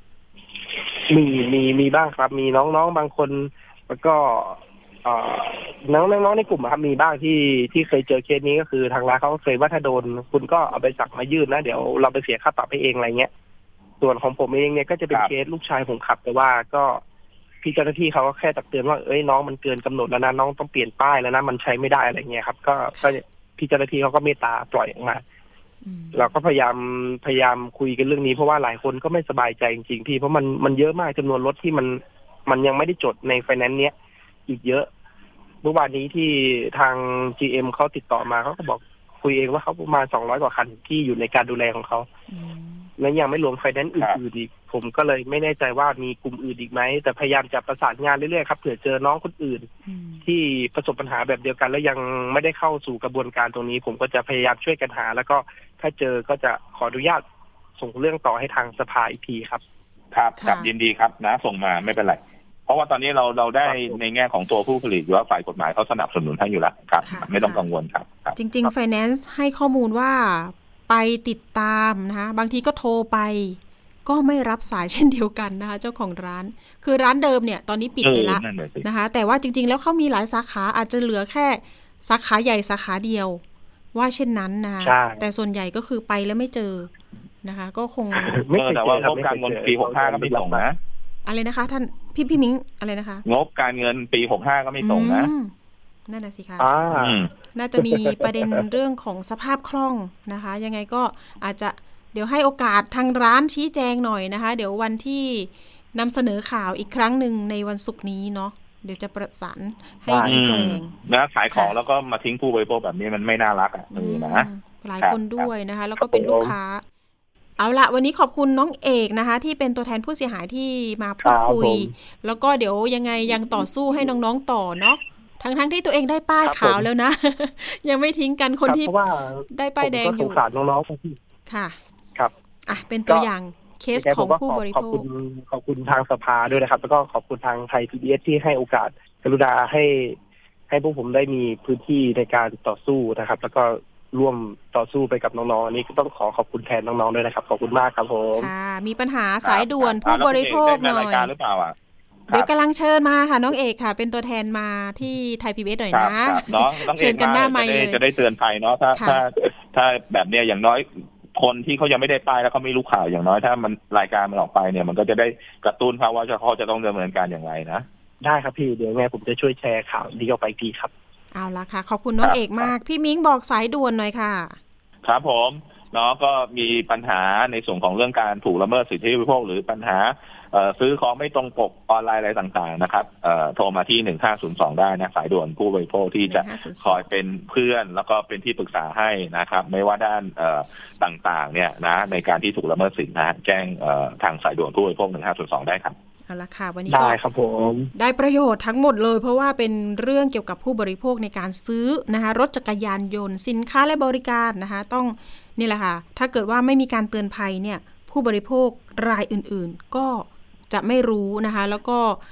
มีบ้างครับมีน้องๆบางคนแล้วก็น้องในกลุ่มครับมีบ้างที่เคยเจอเคสนี้ก็คือทางร้านเขาเคยว่าถ้าโดนคุณก็เอาใบสั่งมายื่นนะเดี๋ยวเราไปเสียค่าปรับให้เองอะไรเงี้ยส่วนของผมเองเนี่ยก็จะเป็นเคสลูกชายผมขับแต่ว่าก็พี่เจ้าหน้าที่เขาก็แค่ตักเตือนว่าน้องมันเกินกำหนดแล้วนะน้องต้องเปลี่ยนป้ายแล้วนะมันใช้ไม่ได้อะไรเงี้ยครับก็พี่เจ้าหน้าที่เขาก็เมตตาปล่อยออกมาเราก็พยายามคุยกันเรื่องนี้เพราะว่าหลายคนก็ไม่สบายใจจริงๆพี่เพราะมันเยอะมากจำนวนรถที่มันยังไม่ได้จดในไฟแนนซ์เนี้ยอีกเยอะเมื่อวานนี้ที่ทาง GM เขาติดต่อมาเขาก็บอกคุยเองว่าเขาประมาณ200กว่าคันที่อยู่ในการดูแลของเขาและยังไม่รวมไฟแนนซ์อื่นๆอีกผมก็เลยไม่แน่ใจว่ามีกลุ่มอื่นอีกไหมแต่พยายามจะประสานงานเรื่อยๆครับเผื่อเจอน้องคนอื่นที่ประสบปัญหาแบบเดียวกันแล้วยังไม่ได้เข้าสู่กระบวนการตรงนี้ผมก็จะพยายามช่วยกันหาแล้วก็ถ้าเจอก็จะขออนุญาตส่งเรื่องต่อให้ทางสภาอีกทีครับครับยินดีครับนะส่งมาไม่เป็นไรเพราะว่าตอนนี้เราได้ในแง่ของตัวผู้ผลิตหรือว่าฝ่ายกฎหมายเขาสนับสนุนให้อยู่แล้วครับไม่ต้องกังวลครับจริงๆ Finance ให้ข้อมูลว่าไปติดตามนะคะบางทีก็โทรไปก็ไม่รับสายเช่นเดียวกันนะคะเจ้าของร้านคือร้านเดิมเนี่ยตอนนี้ปิดไปแล้วนะคะแต่ว่าจริงๆแล้วเขามีหลายสาขาอาจจะเหลือแค่สาขาใหญ่สาขาเดียวว่าเช่นนั้นนะคะแต่ส่วนใหญ่ก็คือไปแล้วไม่เจอนะคะก็คงแต่ว่างบการเงินปี65ก็ไม่ส่งนะอะไรนะคะท่านพี่มิ้งอะไรนะคะงบการเงินปี65ก็ไม่ส่งนะนั่นน่ะสิคะน่าจะมีประเด็นเรื่องของสภาพคล่องนะคะยังไงก็อาจจะเดี๋ยวให้โอกาสทางร้านชี้แจงหน่อยนะคะเดี๋ยววันที่นำเสนอข่าวอีกครั้งหนึ่งในวันศุกร์นี้เนาะเดี๋ยวจะประสานให้ชี้แจงนะขายของแล้วก็มาทิ้งผู้บริโภคแบบนี้มันไม่น่ารักนะหลายคนด้วยนะคะแล้วก็เป็นลูกค้าเอาละวันนี้ขอบคุณน้องเอกนะคะที่เป็นตัวแทนผู้เสียหายที่มาพูดคุยแล้วก็เดี๋ยวยังไงยังต่อสู้ให้น้องๆต่อเนาะทั้งที่ตัวเองได้ป้ายขาวแล้วนะยังไม่ทิ้งกันคนที่ได้ป้ายแดงอยู่สงสารน้องๆค่ะครับเป็นตัวอย่างเคสของผู้บริโภคขอบคุณทางสภาด้วยนะครับแล้วก็ขอบคุณทางไทย PBS ที่ให้โอกาสกรุณาให้พวกผมได้มีพื้นที่ในการต่อสู้นะครับแล้วก็ร่วมต่อสู้ไปกับน้องๆนี่ก็ต้องขอบคุณแทนน้องๆด้วยนะครับขอบคุณมากครับผมค่ะมีปัญหาสายด่วนผู้บริโภคหน่อยเดี๋ยวกำลังเชิญมาค่ะน้องเอกค่ะเป็นตัวแทนมาที่ไทย PBS หน่อยนะน้องเชิญกันหน้าไมค์เลยจะได้เตือนภัยเนาะถ้าแบบเนี้ยอย่างน้อยคนที่เขายังไม่ได้ป้ายแล้วเขาไม่รู้ข่าวอย่างน้อยถ้ามันรายการมันออกไปเนี่ยมันก็จะได้กระตุ้นเขาว่าเขาจะต้องดำเนินการอย่างไรนะได้ครับพี่เดี๋ยวไงผมจะช่วยแชร์ข่าวนี้ออกไปทีครับเอาละค่ะขอบคุณน้องเอกมากพี่มิ้งบอกสายด่วนหน่อยค่ะครับผมเนาะก็มีปัญหาในส่วนของเรื่องการถูกละเมิดสิทธิผู้บริโภคหรือปัญหาซื้อของไม่ตรงปกออนไลน์อะไรต่างๆนะครับโทรมาที่1502ได้นะสายด่วนผู้บริโภคที่จะคอยเป็นเพื่อนแล้วก็เป็นที่ปรึกษาให้นะครับไม่ว่าด้านต่างๆเนี่ยนะในการที่ถูกละเมิดสิทธินะแจ้งทางสายด่วนผู้บริโภค1502ได้ครับเอาละค่ะวันนี้ได้ครับผมได้ประโยชน์ทั้งหมดเลยเพราะว่าเป็นเรื่องเกี่ยวกับผู้บริโภคในการซื้อนะคะรถจักรยานยนต์สินค้าและบริการนะคะต้องนี่แหละค่ะถ้าเกิดว่าไม่มีการเตือนภัยเนี่ยผู้บริโภครายอื่นๆก็จะไม่รู้นะคะแล้วก็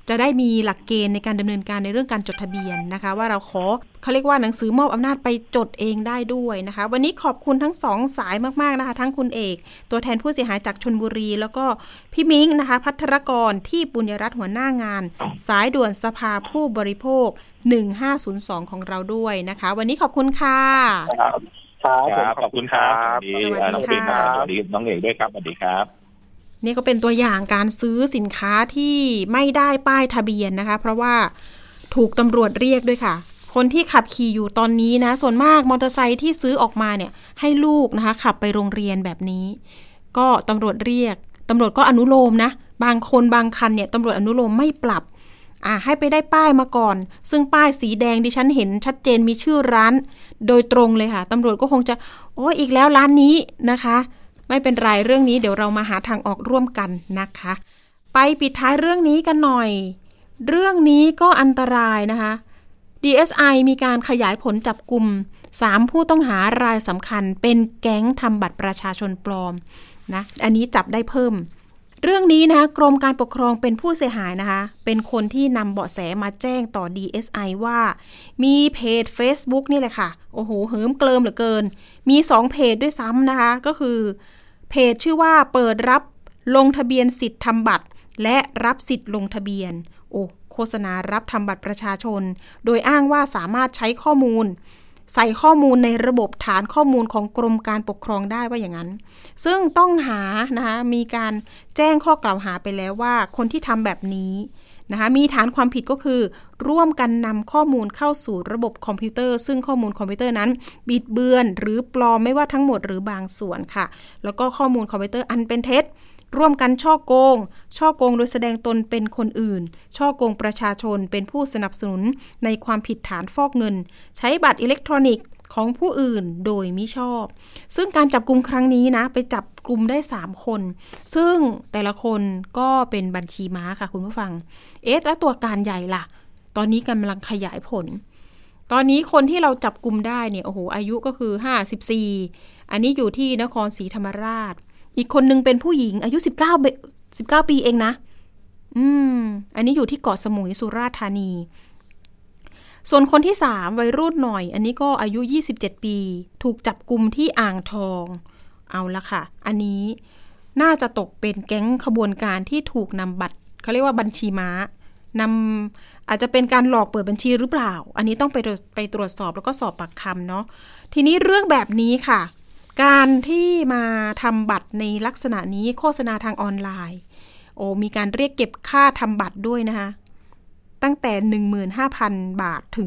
จะได้มีหลักเกณฑ์ในการดำเนินการในเรื่องการจดทะเบียนนะคะว่าเราเขาเรียกว่าหนังสือมอบอำนาจไปจดเองได้ด้วยนะคะวันนี้ขอบคุณทั้ง2สายมากๆนะคะทั้งคุณเอกตัวแทนผู้เสียหายจากชลบุรีแล้วก็พี่มิ้งนะคะภัทรกรที่ปุญญรัตน์หัวหน้างานสายด่วนสภาผู้บริโภค1502ของเราด้วยนะคะวันนี้ขอบคุณค่ะครับขอบคุณครับสวัสดีค่ะสวัสดีน้องเอกด้วยครับสวัสดีครับนี่ก็เป็นตัวอย่างการซื้อสินค้าที่ไม่ได้ป้ายทะเบียนนะคะเพราะว่าถูกตำรวจเรียกด้วยค่ะคนที่ขับขี่อยู่ตอนนี้นะส่วนมากมอเตอร์ไซค์ที่ซื้อออกมาเนี่ยให้ลูกนะคะขับไปโรงเรียนแบบนี้ก็ตำรวจเรียกตำรวจก็อนุโลมนะบางคนบางคันเนี่ยตำรวจอนุโลมไม่ปรับให้ไปได้ป้ายมาก่อนซึ่งป้ายสีแดงดิฉันเห็นชัดเจนมีชื่อร้านโดยตรงเลยค่ะตำรวจก็คงจะโอ้ยอีกแล้วร้านนี้นะคะไม่เป็นไรเรื่องนี้เดี๋ยวเรามาหาทางออกร่วมกันนะคะไปปิดท้ายเรื่องนี้กันหน่อยเรื่องนี้ก็อันตรายนะคะ DSI มีการขยายผลจับกุม3ผู้ต้องหารายสำคัญเป็นแก๊งทำบัตรประชาชนปลอมนะอันนี้จับได้เพิ่มเรื่องนี้นะคะกรมการปกครองเป็นผู้เสียหายนะคะเป็นคนที่นำเบาะแสมาแจ้งต่อ DSI ว่ามีเพจ Facebook นี่แหละค่ะโอ้โหเหิมเกลิมเหลือเกินมี2เพจด้วยซ้ำนะคะก็คือเพจชื่อว่าเปิดรับลงทะเบียนสิทธิ์ทำบัตรและรับสิทธิ์ลงทะเบียนโฆษณารับทำบัตรประชาชนโดยอ้างว่าสามารถใช้ข้อมูลใส่ข้อมูลในระบบฐานข้อมูลของกรมการปกครองได้ว่าอย่างนั้นซึ่งต้องหานะคะมีการแจ้งข้อกล่าวหาไปแล้วว่าคนที่ทำแบบนี้นะคะมีฐานความผิดก็คือร่วมกันนำข้อมูลเข้าสู่ระบบคอมพิวเตอร์ซึ่งข้อมูลคอมพิวเตอร์นั้นบิดเบือนหรือปลอมไม่ว่าทั้งหมดหรือบางส่วนค่ะแล้วก็ข้อมูลคอมพิวเตอร์อันเป็นเท็จร่วมกันฉ้อโกงโดยแสดงตนเป็นคนอื่นฉ้อโกงประชาชนเป็นผู้สนับสนุนในความผิดฐานฟอกเงินใช้บัตรอิเล็กทรอนิกส์ของผู้อื่นโดยมิชอบซึ่งการจับกุมครั้งนี้นะไปจับกลุ่มได้3คนซึ่งแต่ละคนก็เป็นบัญชีม้าค่ะคุณผู้ฟังแล้วตัวการใหญ่ล่ะตอนนี้กำลังขยายผลตอนนี้คนที่เราจับกุมได้เนี่ยโอ้โหอายุก็คือ54อันนี้อยู่ที่นครศรีธรรมราชอีกคนนึงเป็นผู้หญิงอายุ19ปีเองนะอันนี้อยู่ที่เกาะสมุยสุราษฎร์ธานีส่วนคนที่3วัยรุ่นหน่อยอันนี้ก็อายุ27ปีถูกจับกุมที่อ่างทองเอาละค่ะอันนี้น่าจะตกเป็นแก๊งขบวนการที่ถูกนำบัตรเขาเรียกว่าบัญชีม้านำอาจจะเป็นการหลอกเปิดบัญชีหรือเปล่าอันนี้ต้องไปตรวจสอบแล้วก็สอบปากคำเนาะทีนี้เรื่องแบบนี้ค่ะการที่มาทำบัตรในลักษณะนี้โฆษณาทางออนไลน์มีการเรียกเก็บค่าทำบัตรด้วยนะคะตั้งแต่ 15,000 บาทถึง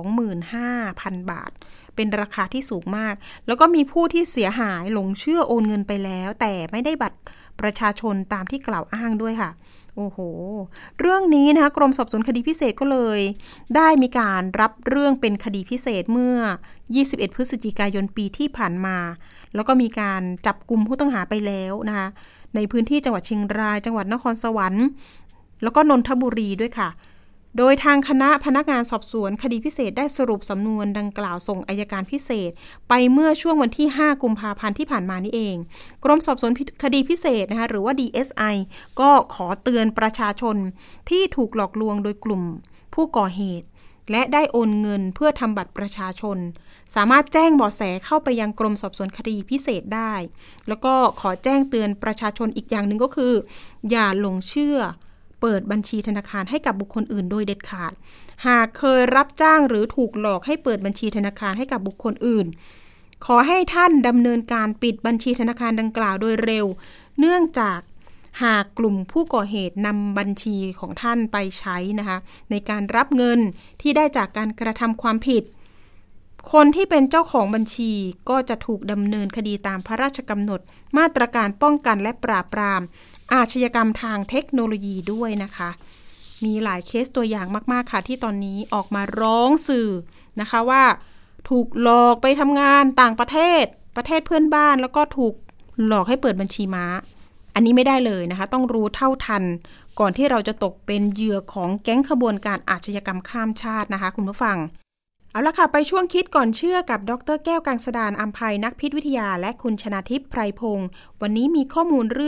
25,000 บาทเป็นราคาที่สูงมากแล้วก็มีผู้ที่เสียหายหลงเชื่อโอนเงินไปแล้วแต่ไม่ได้บัตรประชาชนตามที่กล่าวอ้างด้วยค่ะโอ้โหเรื่องนี้นะคะกรมสอบสวนคดีพิเศษก็เลยได้มีการรับเรื่องเป็นคดีพิเศษเมื่อ21พฤศจิกายนปีที่ผ่านมาแล้วก็มีการจับกุมผู้ต้องหาไปแล้วนะคะในพื้นที่จังหวัดเชียงรายจังหวัดนครสวรรค์แล้วก็นนทบุรีด้วยค่ะโดยทางคณะพนักงานสอบสวนคดีพิเศษได้สรุปสำนวนดังกล่าวส่งอัยการพิเศษไปเมื่อช่วงวันที่5กุมภาพันธ์ที่ผ่านมานี่เองกรมสอบสวนคดีพิเศษนะคะหรือว่า DSI ก็ขอเตือนประชาชนที่ถูกหลอกลวงโดยกลุ่มผู้ก่อเหตุและได้โอนเงินเพื่อทำบัตรประชาชนสามารถแจ้งเบาะแสเข้าไปยังกรมสอบสวนคดีพิเศษได้แล้วก็ขอแจ้งเตือนประชาชนอีกอย่างหนึ่งก็คืออย่าหลงเชื่อเปิดบัญชีธนาคารให้กับบุคคลอื่นโดยเด็ดขาดหากเคยรับจ้างหรือถูกหลอกให้เปิดบัญชีธนาคารให้กับบุคคลอื่นขอให้ท่านดำเนินการปิดบัญชีธนาคารดังกล่าวโดยเร็วเนื่องจากหากกลุ่มผู้ก่อเหตุนำบัญชีของท่านไปใช้นะคะในการรับเงินที่ได้จากการกระทำความผิดคนที่เป็นเจ้าของบัญชีก็จะถูกดำเนินคดีตามพระราชกำหนดมาตรการป้องกันและปราบปรามอาชญากรรมทางเทคโนโลยีด้วยนะคะมีหลายเคสตัวอย่างมากๆค่ะที่ตอนนี้ออกมาร้องสื่อนะคะว่าถูกหลอกไปทำงานต่างประเทศเพื่อนบ้านแล้วก็ถูกหลอกให้เปิดบัญชีม้าอันนี้ไม่ได้เลยนะคะต้องรู้เท่าทันก่อนที่เราจะตกเป็นเหยื่อของแก๊งขบวนการอาชญากรรมข้ามชาตินะคะคุณผู้ฟังเอาละค่ะไปช่วงคิดก่อนเชื่อกับดร.แก้วกังสดาลอำไพนักพิษวิทยาและคุณชนาทิพย์ไพรพงศ์วันนี้มีข้อมูลเรื่อง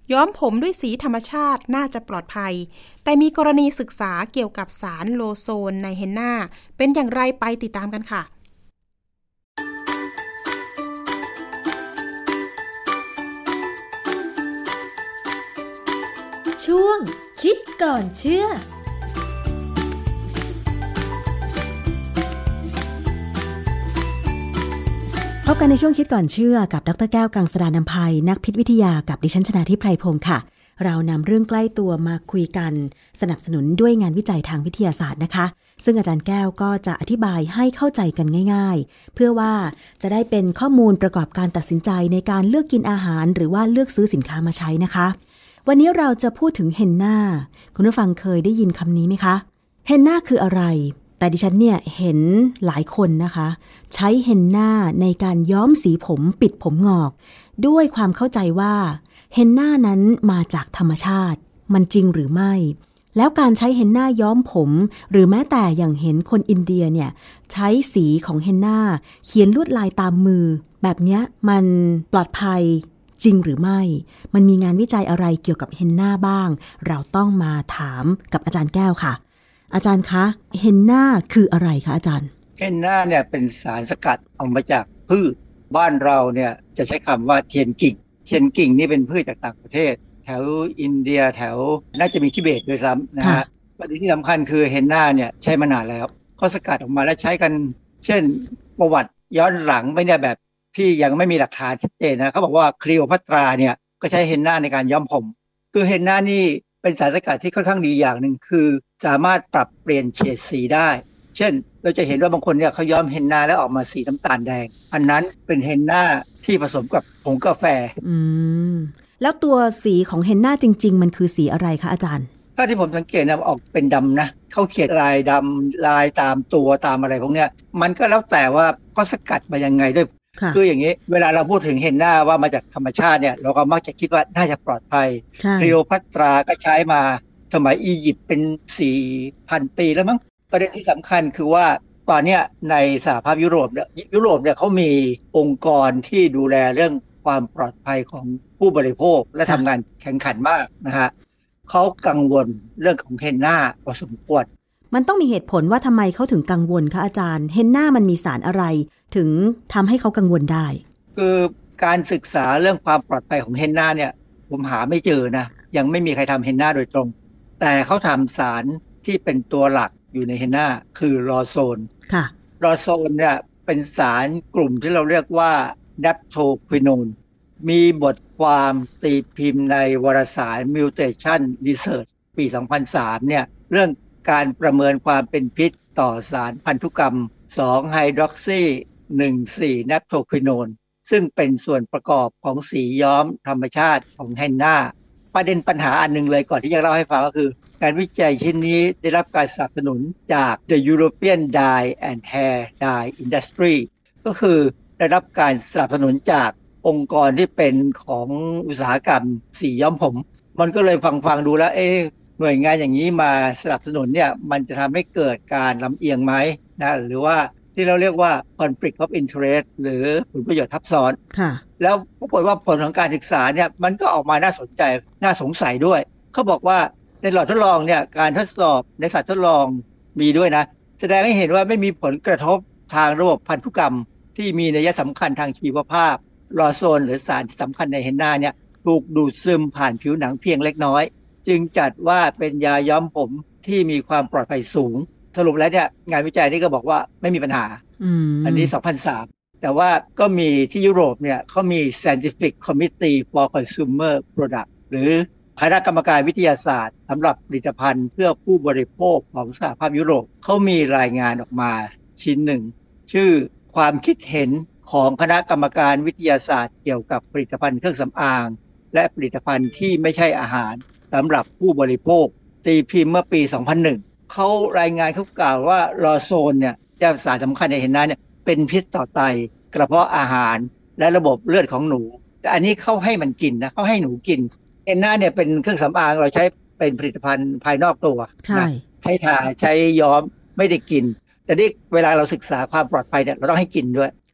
ย้อมผมด้วยสีธรรมชาติน่าจะปลอดภัยแต่มีกรณีศึกษาเกี่ยวกับสารโลโซนในเฮนน่าเป็นอย่างไรไปติดตามกันค่ะช่วงคิดก่อนเชื่อพบกันในช่วงคิดก่อนเชื่อกับดร.แก้วกังสดาลอำไพนักพิษวิทยากับดิฉันชนาธิปไพพงศ์ค่ะเรานำเรื่องใกล้ตัวมาคุยกันสนับสนุนด้วยงานวิจัยทางวิทยาศาสตร์นะคะซึ่งอาจารย์แก้วก็จะอธิบายให้เข้าใจกันง่ายๆเพื่อว่าจะได้เป็นข้อมูลประกอบการตัดสินใจในการเลือกกินอาหารหรือว่าเลือกซื้อสินค้ามาใช้นะคะวันนี้เราจะพูดถึงเฮนน่าคุณผู้ฟังเคยได้ยินคำนี้ไหมคะเฮนน่าคืออะไรแต่ดิฉันเนี่ยเห็นหลายคนนะคะใช้เฮนน่าในการย้อมสีผมปิดผมงอกด้วยความเข้าใจว่าเฮนน่านั้นมาจากธรรมชาติมันจริงหรือไม่แล้วการใช้เฮนน่าย้อมผมหรือแม้แต่อย่างเห็นคนอินเดียเนี่ยใช้สีของเฮนน่าเขียนลวดลายตามมือแบบเนี้ยมันปลอดภัยจริงหรือไม่มันมีงานวิจัยอะไรเกี่ยวกับเฮนน่าบ้างเราต้องมาถามกับอาจารย์แก้วค่ะอาจารย์คะเฮนน่าคืออะไรคะอาจารย์เฮนน่าเนี่ยเป็นสารสกัดเอามาจากพืชบ้านเราเนี่ยจะใช้คำว่าเทียนกิ่งเทียนกิ่งนี่เป็นพืชจากต่างประเทศแถวอินเดียแถวน่าจะมีทิเบตด้วยซ้ำนะฮะประเด็นที่สำคัญคือเฮนน่าเนี่ยใช้มานานแล้วเขาสกัดออกมาแล้วใช้กันเช่นประวัติย้อนหลังไปเนี่ยแบบที่ยังไม่มีหลักฐานชัดเจนนะเขาบอกว่าคลีโอพัตราเนี่ยก็ใช้เฮนน่าในการย้อมผมคือเฮนน่านี่เป็นสารสกัดที่ค่อนข้างดีอย่างหนึ่งคือสามารถปรับเปลี่ยนเฉดสีได้เช่นเราจะเห็นว่าบางคนเนี่ยเขาย้อมเฮนน่าแล้วออกมาสีน้ำตาลแดงอันนั้นเป็นเฮนน่าที่ผสมกับผงกาแฟแล้วตัวสีของเฮนน่าจริงๆมันคือสีอะไรคะอาจารย์ถ้าที่ผมสังเกตนะออกเป็นดำนะเขาเขียนลายดำลายตามตัวตามอะไรพวกเนี้ยมันก็แล้วแต่ว่าเขาสกัดมายังไงด้วยคืออย่างนี้เวลาเราพูดถึงเฮนน่าว่ามาจากธรรมชาติเนี่ยเราก็มักจะคิดว่าน่าจะปลอดภัยคลีโอพัตราก็ใช้มาสมัยอียิปต์เป็น 4,000 ปีแล้วมั้งประเด็นที่สำคัญคือว่าตอนนี้ในสหภาพยุโรปเนี่ยเขามีองค์กรที่ดูแลเรื่องความปลอดภัยของผู้บริโภคและทำงานแข่งขันมากนะฮะเขากังวลเรื่องของเฮนน่าพอสมควรมันต้องมีเหตุผลว่าทำไมเขาถึงกังวลคะอาจารย์เฮนน่ามันมีสารอะไรถึงทำให้เขากังวลได้คือการศึกษาเรื่องความปลอดภัยของเฮนน่าเนี่ยผมหาไม่เจอนะยังไม่มีใครทำเฮนน่าโดยตรงแต่เขาทำสารที่เป็นตัวหลักอยู่ในเฮนน่าคือลอโซนค่ะลอโซนเนี่ยเป็นสารกลุ่มที่เราเรียกว่านัปโทควิโนนมีบทความตีพิมพ์ในวารสาร Mutation Research ปี 2003 เนี่ยเรื่องการประเมินความเป็นพิษต่อสารพันธุกรรม 2-ไฮดรอกซี 1,4 นัปโทควิโนนซึ่งเป็นส่วนประกอบของสีย้อมธรรมชาติของเฮนน่าประเด็นปัญหาอันนึงเลยก่อนที่จะเล่าให้ฟังก็คือการวิจัยชิ้นนี้ได้รับการสนับสนุนจาก The European Dye and Hair Dye Industry ก็คือได้รับการสนับสนุนจากองค์กรที่เป็นของอุตสาหกรรมสีย้อมผมมันก็เลยฟังดูแล้วหน่วยงานอย่างนี้มาสนับสนุนเนี่ยมันจะทำให้เกิดการลำเอียงไหมนะหรือว่าที่เราเรียกว่า conflict of interest หรือผลประโยชน์ทับซ้อนแล้วปรากฏว่าผลของการศึกษาเนี่ยมันก็ออกมาน่าสนใจน่าสงสัยด้วยเขาบอกว่าในหลอดทดลองเนี่ยการทดสอบในสัตว์ทดลองมีด้วยนะแสดงให้เห็นว่าไม่มีผลกระทบทางระบบพันธุกรรมที่มีนัยสำคัญทางชีวภาพลอโซนหรือสารที่สำคัญในเฮนน่าเนี่ยถูกดูดซึมผ่านผิวหนังเพียงเล็กน้อยจึงจัดว่าเป็นยาย้อมผมที่มีความปลอดภัยสูงสรุปแล้วเนี่ยงานวิจัยนี้ก็บอกว่าไม่มีปัญหาอันนี้ 2003 แต่ว่าก็มีที่ยุโรปเนี่ยเขามี Scientific Committee for Consumer Product หรือคณะกรรมการวิทยาศาสตร์สำหรับผลิตภัณฑ์เพื่อผู้บริโภคของสหภาพยุโรปเขามีรายงานออกมาชิ้นหนึ่งชื่อความคิดเห็นของคณะกรรมการวิทยาศาสตร์เกี่ยวกับผลิตภัณฑ์เครื่องสำอางและผลิตภัณฑ์ที่ไม่ใช่อาหารสำหรับผู้บริโภคตีพิมพ์เมื่อปี 2001 เขารายงานเขากล่าวว่าลอโซนเนี่ยจะสารสำคัญในเฮนน่าเนี่ยเป็นพิษต่อไตกระเพาะอาหารและระบบเลือดของหนูแต่อันนี้เขาให้มันกินนะเขาให้หนูกินเฮนน่าเนี่ยเป็นเครื่องสำอางเราใช้เป็นผลิตภัณฑ์ภายนอกตัวนะใช้ทาใช้ย้อมไม่ได้กินแต่นี่เวลาเราศึกษาความปลอดภัยเนี่ยเราต้องให้กินด้วย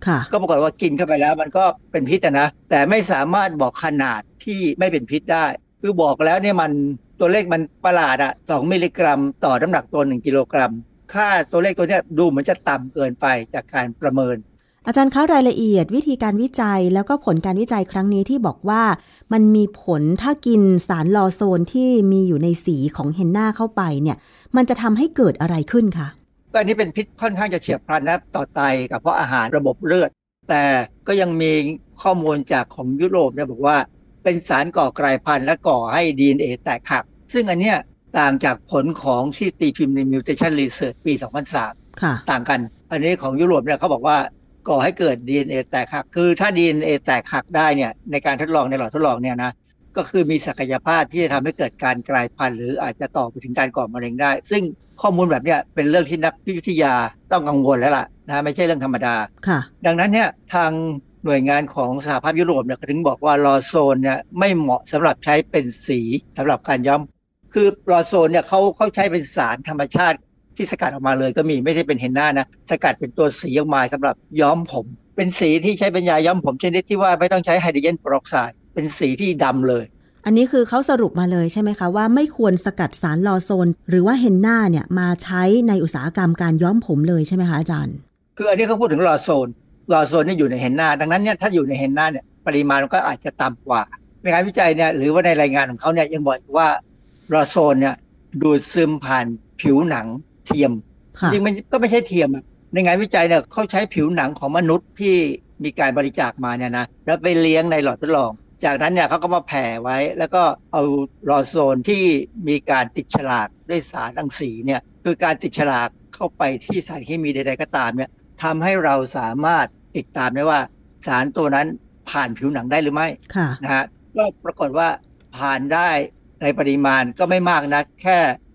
ก็ปรากฏว่ากินเข้าไปแล้วมันก็เป็นพิษนะแต่ไม่สามารถบอกขนาดที่ไม่เป็นพิษได้คือบอกแล้วเนี่ยมันตัวเลขมันประหลาดอ่ะ2 มิลลิกรัมต่อน้ำหนักตัว1 กิโลกรัมค่าตัวเลขตัวนี้ดูเหมือนจะต่ำเกินไปจากการประเมินอาจารย์คะรายละเอียดวิธีการวิจัยแล้วก็ผลการวิจัยครั้งนี้ที่บอกว่ามันมีผลถ้ากินสารลอโซนที่มีอยู่ในสีของเฮนน่าเข้าไปเนี่ยมันจะทำให้เกิดอะไรขึ้นคะอันนี้เป็นพิษค่อนข้างจะเฉียบพลันนะต่อไตกับเพราะอาหารระบบเลือดแต่ก็ยังมีข้อมูลจากของยุโรปเนี่ยบอกว่าเป็นสารก่อกลายพันธุ์และก่อให้ DNA แตกหักซึ่งอันเนี้ยต่างจากผลของที่ตีพิมพ์ใน Mutation Research ปี 2003 ต่างกันอันนี้ของยุโรปเนี่ยเขาบอกว่าก่อให้เกิด DNA แตกหักคือถ้า DNA แตกหักได้เนี่ยในการทดลองในหลอดทดลองเนี่ยนะก็คือมีศักยภาพที่จะทำให้เกิดการกลายพันธุ์หรืออาจจะต่อไปถึงการก่อมะเร็งได้ซึ่งข้อมูลแบบนี้เป็นเรื่องที่นักวิทยาต้องกังวลแล้วล่ะนะไม่ใช่เรื่องธรรมดาดังนั้นเนี่ยทางหน่วยงานของสหภาพยุโรปเนี่ยถึงบอกว่าลอโซนเนี่ยไม่เหมาะสำหรับใช้เป็นสีสำหรับการย้อมคือลอโซนเนี่ยเขาใช้เป็นสารธรรมชาติที่สกัดออกมาเลยก็มีไม่ใช่เป็นเฮนน่านะสกัดเป็นตัวสีออกมาสำหรับย้อมผมเป็นสีที่ใช้เป็นยาย้อมผมชนิดที่ว่าไม่ต้องใช้ไฮโดรเจนเปอร์ออกไซด์เป็นสีที่ดำเลยอันนี้คือเขาสรุปมาเลยใช่ไหมคะว่าไม่ควรสกัดสารลอโซนหรือว่าเฮนน่าเนี่ยมาใช้ในอุตสาหกรรมการย้อมผมเลยใช่ไหมคะอาจารย์คืออันนี้เขาพูดถึงลอโซนนี่อยู่ในเฮนน่าดังนั้นเนี่ยถ้าอยู่ในเฮนน่าเนี่ยปริมาณมันก็อาจจะต่ำกว่าในงานวิจัยเนี่ยหรือว่าในรายงานของเขาเนี่ยยังบอกว่าลอโซนเนี่ยดูดซึมผ่านผิวหนังเทียมจริงมันก็ไม่ใช่เทียมในงานวิจัยเนี่ยเขาใช้ผิวหนังของมนุษย์ที่มีการบริจาคมาเนี่ยนะแล้วไปเลี้ยงในหลอดทดลองจากนั้นเนี่ยเขาก็มาแผ่ไว้แล้วก็เอาลอโซนที่มีการติดฉลากด้วยสารรังสีเนี่ยคือการติดฉลากเข้าไปที่สารเคมีใดๆก็ตามเนี่ยทำให้เราสามารถติดตามได้ว่าสารตัวนั้นผ่านผิวหนังได้หรือไม่นะฮะก็ปรากฏว่าผ่านได้ในปริมาณก็ไม่มากนะแค่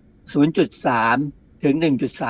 0.3 ถึง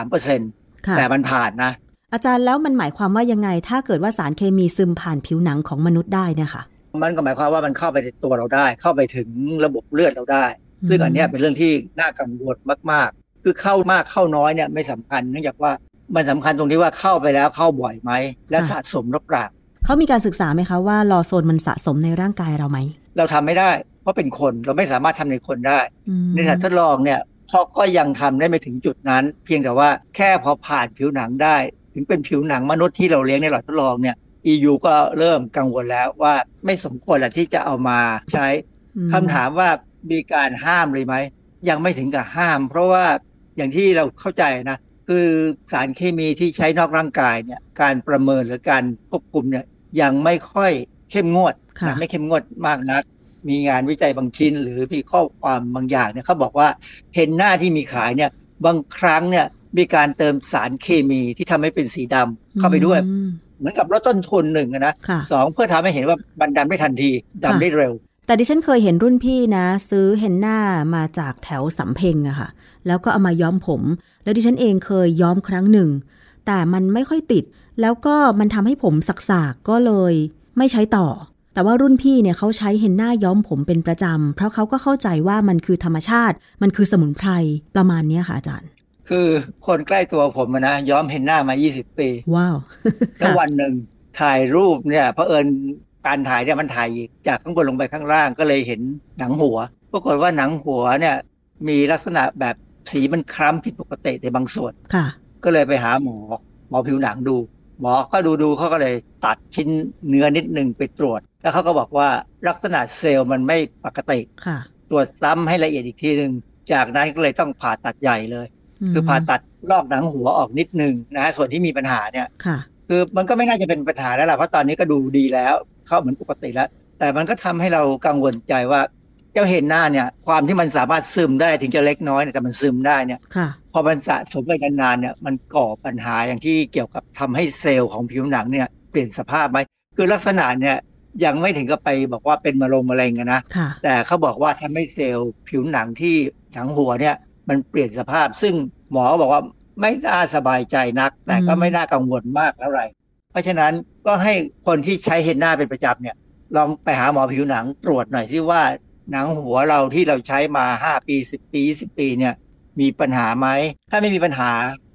1.3% แต่มันผ่านนะอาจารย์แล้วมันหมายความว่ายังไงถ้าเกิดว่าสารเคมีซึมผ่านผิวหนังของมนุษย์ได้เนี่ยค่ะมันก็หมายความว่ามันเข้าไปในตัวเราได้เข้าไปถึงระบบเลือดเราได้ซึ่งอันนี้เป็นเรื่องที่น่ากังวลมากๆคือเข้ามากเข้าน้อยเนี่ยไม่สำคัญเนื่องจากว่ามันสำคัญตรงที่ว่าเข้าไปแล้วเข้าบ่อยไหมและสะสมหรือเปล่าเขามีการศึกษาไหมคะว่าลอโซนมันสะสมในร่างกายเราไหมเราทำไม่ได้เพราะเป็นคนเราไม่สามารถทำในคนได้ในสถานทดลองเนี่ยเขาก็ยังทำได้ไม่ถึงจุดนั้นเพียงแต่ว่าแค่พอผ่านผิวหนังได้ถึงเป็นผิวหนังมนุษย์ที่เราเลี้ยงในหลอดทดลองเนี่ยEU ก็เริ่มกังวลแล้วว่าไม่สมควรที่จะเอามาใช้คำถามว่ามีการห้ามเลยไหมยังไม่ถึงกับห้ามเพราะว่าอย่างที่เราเข้าใจนะคือสารเคมีที่ใช้นอกร่างกายเนี่ยการประเมินหรือการควบคุมเนี่ยยังไม่ค่อยเข้มงวดไม่เข้มงวดมากนักมีงานวิจัยบางชิ้นหรือมีข้อความบางอย่างเนี่ยเขาบอกว่าเฮนน่าที่มีขายเนี่ยบางครั้งเนี่ยมีการเติมสารเคมีที่ทำให้เป็นสีดำเข้าไปด้วยเหมือนกับลดต้นทุนหนึ่งนะสองเพื่อทำให้เห็นว่ามันดำได้ทันทีดำได้เร็วแต่ดิฉันเคยเห็นรุ่นพี่นะซื้อเฮนน่ามาจากแถวสำเพ็งอะค่ะแล้วก็เอามาย้อมผมแล้วดิฉันเองเคยย้อมครั้งหนึ่งแต่มันไม่ค่อยติดแล้วก็มันทำให้ผมสักๆก็เลยไม่ใช้ต่อแต่ว่ารุ่นพี่เนี่ยเขาใช้เฮนน่าย้อมผมเป็นประจำเพราะเขาก็เข้าใจว่ามันคือธรรมชาติมันคือสมุนไพรประมาณนี้ค่ะอาจารย์คือคนใกล้ตัวผมนะย้อมเฮนน่ามา20 ปีว้าวแล้ววันหนึ่งถ่ายรูปเนี่ยเผอิญการถ่ายเนี่ยมันถ่ายจากข้างบนลงไปข้างล่างก็เลยเห็นหนังหัวปรากฏว่าหนังหัวเนี่ยมีลักษณะแบบสีมันคล้ำผิดปกติในบางส่วนก็เลยไปหาหมอผิวหนังดูหมอก็ดูเขาก็เลยตัดชิ้นเนื้อนิดนึงไปตรวจแล้วเขาก็บอกว่าลักษณะเซลล์มันไม่ปกติตรวจซ้ำให้ละเอียดอีกทีนึงจากนั้นก็เลยต้องผ่าตัดใหญ่เลยคือผ่าตัดลอกหนังหัวออกนิดนึงนะฮะส่วนที่มีปัญหาเนี่ยคือมันก็ไม่น่าจะเป็นปัญหาแล้วล่ะเพราะตอนนี้ก็ดูดีแล้วเข้าเหมือนปกติแล้วแต่มันก็ทำให้เรากังวลใจว่าเจ้าเฮนน่าเนี่ยความที่มันสามารถซึมได้ถึงจะเล็กน้อยแต่มันซึมได้เนี่ยพอมันสะสมไปนานๆเนี่ยมันก่อปัญหาอย่างที่เกี่ยวกับทำให้เซลล์ของผิวหนังเนี่ยเปลี่ยนสภาพไหมคือลักษณะเนี่ยยังไม่ถึงกับไปบอกว่าเป็นมะเร็งนะแต่เขาบอกว่าทำให้เซลล์ผิวหนังที่หนังหัวเนี่ยมันเปลี่ยนสภาพซึ่งหมอบอกว่าไม่น่าสบายใจนักแต่ก็ไม่น่ากังวลมากเท่าไหร่เพราะฉะนั้นก็ให้คนที่ใช้เฮนน่าเป็นประจำเนี่ยลองไปหาหมอผิวหนังตรวจหน่อยที่ว่าหนังหัวเราที่เราใช้มา5 ปี10 ปี20 ปีเนี่ยมีปัญหาไหมถ้าไม่มีปัญหา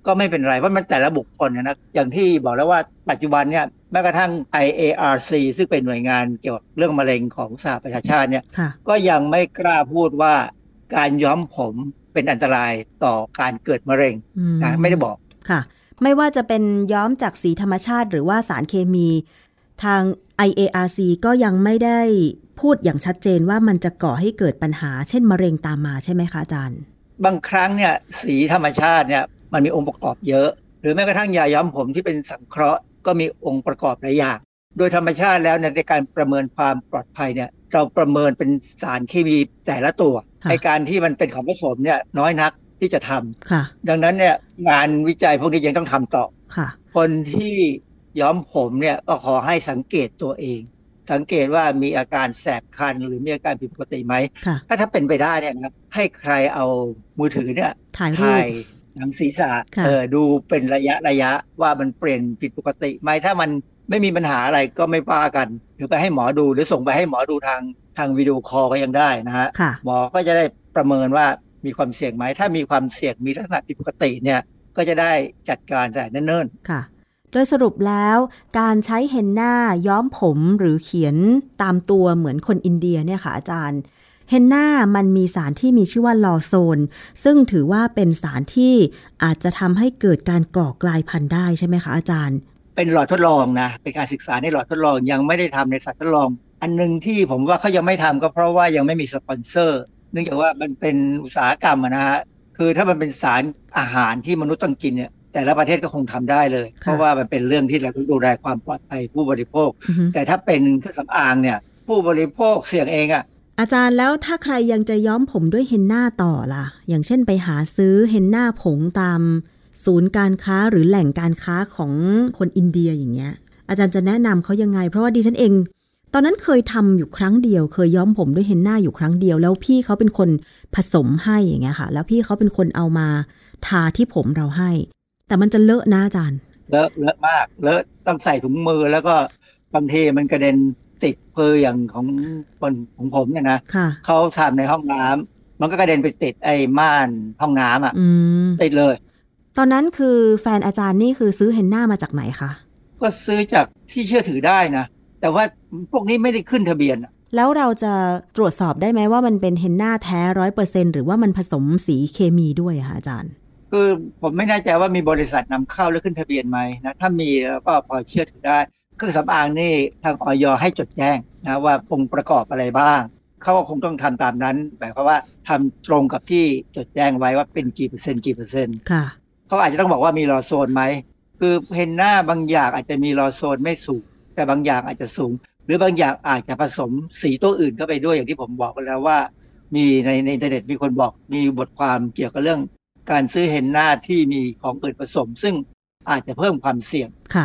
ก็ไม่เป็นไรเพราะมันแต่ละบุคคลนะอย่างที่บอกแล้วว่าปัจจุบันเนี่ยแม้กระทั่ง IARC ซึ่งเป็นหน่วยงานเกี่ยวกับเรื่องมะเร็งของสหประชาชาติเนี่ยก็ยังไม่กล้าพูดว่าการย้อมผมเป็นอันตรายต่อการเกิดมะเร็งนะไม่ได้บอกค่ะไม่ว่าจะเป็นย้อมจากสีธรรมชาติหรือว่าสารเคมีทาง IARC ก็ยังไม่ได้พูดอย่างชัดเจนว่ามันจะก่อให้เกิดปัญหาเช่นมะเร็งตามมาใช่ไหมคะอาจารย์บางครั้งเนี่ยสีธรรมชาติเนี่ยมันมีองค์ประกอบเยอะหรือแม้กระทั่งยาย้อมผมที่เป็นสังเคราะห์ก็มีองค์ประกอบหลายอย่างโดยธรรมชาติแล้วในการประเมินความปลอดภัยเนี่ยเราประเมินเป็นสารเคมีแต่ละตัวในการที่มันเป็นของผสมเนี่ยน้อยนักที่จะทำดังนั้นเนี่ยงานวิจัยพวกนี้ยังต้องทำต่อคนที่ย้อมผมเนี่ยก็ขอให้สังเกตตัวเองสังเกตว่ามีอาการแสบคันหรือมีอาการผิดปกติไหมถ้าเป็นไปได้เนี่ยนะให้ใครเอามือถือเนี่ยถ่ายหนังศีรษะดูเป็นระยะว่ามันเปลี่ยนผิดปกติไหมถ้ามันไม่มีปัญหาอะไรก็ไม่ว่ากันหรือไปให้หมอดูหรือส่งไปให้หมอดูทางวิดีโอคอลก็ยังได้นะฮะหมอก็จะได้ประเมินว่ามีความเสี่ยงไหมถ้ามีความเสี่ยงมีลักษณะผิดปกติเนี่ยก็จะได้จัดการแต่เนิ่นๆค่ะโดยสรุปแล้วการใช้เฮนน่าย้อมผมหรือเขียนตามตัวเหมือนคนอินเดียเนี่ยค่ะอาจารย์เฮนน่ามันมีสารที่มีชื่อว่าลอโซนซึ่งถือว่าเป็นสารที่อาจจะทำให้เกิดการก่อกลายพันธุ์ได้ใช่ไหมคะอาจารย์เป็นหลอดทดลองนะเป็นการศึกษาในหลอดทดลองยังไม่ได้ทำในสัตว์ทดลองอันนึงที่ผมว่าเขายังไม่ทำก็เพราะว่ายังไม่มีสปอนเซอร์เนื่องจากว่ามันเป็นอุตสาหกรรมนะฮะคือถ้ามันเป็นสารอาหารที่มนุษย์ต้องกินเนี่ยแต่ละประเทศก็คงทำได้เลยเพราะว่ามันเป็นเรื่องที่เราต้องดูแลความปลอดภัยผู้บริโภคแต่ถ้าเป็นเครื่องสำอางเนี่ยผู้บริโภคเสี่ยงเองอะอาจารย์แล้วถ้าใครยังจะย้อมผมด้วยเฮนน่าต่อล่ะอย่างเช่นไปหาซื้อเฮนน่าผงตามศูนย์การค้าหรือแหล่งการค้าของคนอินเดียอย่างเงี้ยอาจารย์จะแนะนำเขายังไงเพราะว่าดิฉันเองตอนนั้นเคยทำอยู่ครั้งเดียวเคยย้อมผมด้วยเฮนน่าอยู่ครั้งเดียวแล้วพี่เขาเป็นคนผสมให้อย่างเงี้ยค่ะแล้วพี่เขาเป็นคนเอามาทาที่ผมเราให้แต่มันจะเลอะนะอาจารย์เลอะมากเลอะต้องใส่ถุงมือแล้วก็บางทีมันกระเด็นติดเพออย่างของผมเนี่ยนะเขาทำในห้องน้ำมันก็กระเด็นไปติดไอ้ม่านห้องน้ำอ่ะติดเลยตอนนั้นคือแฟนอาจารย์นี่คือซื้อเฮนน่ามาจากไหนคะก็ซื้อจากที่เชื่อถือได้นะแต่ว่าพวกนี้ไม่ได้ขึ้นทะเบียนแล้วเราจะตรวจสอบได้ไหมว่ามันเป็นเฮนน่าแท้ 100% หรือว่ามันผสมสีเคมีด้วยคะอาจารย์คือผมไม่แน่ใจว่ามีบริษัทนำเข้าแล้วขึ้นทะเบียนไหมนะถ้ามีแล้วก็พอเชื่อถือได้เครื่องสำอางนี่ทางอย.ให้จดแจ้งนะว่าองค์ประกอบอะไรบ้างเขาก็คงต้องทำตามนั้นหมายความว่าทำตรงกับที่จดแจ้งไว้ว่าเป็นกี่เปอร์เซ็นต์ค่ะเขาอาจจะต้องบอกว่ามีลอโซนไหมคือเฮนน่าบางอย่างอาจจะมีลอโซนไม่สูงแต่บางอย่างอาจจะสูงหรือบางอย่างอาจจะผสมสีตัวอื่นเข้าไปด้วยอย่างที่ผมบอกไปแล้วว่ามีในอินเทอร์เน็ตมีคนบอกมีบทความเกี่ยวกับเรื่องการซื้อเฮนน่าที่มีของอื่นผสมซึ่งอาจจะเพิ่มความเสี่ยงค่ะ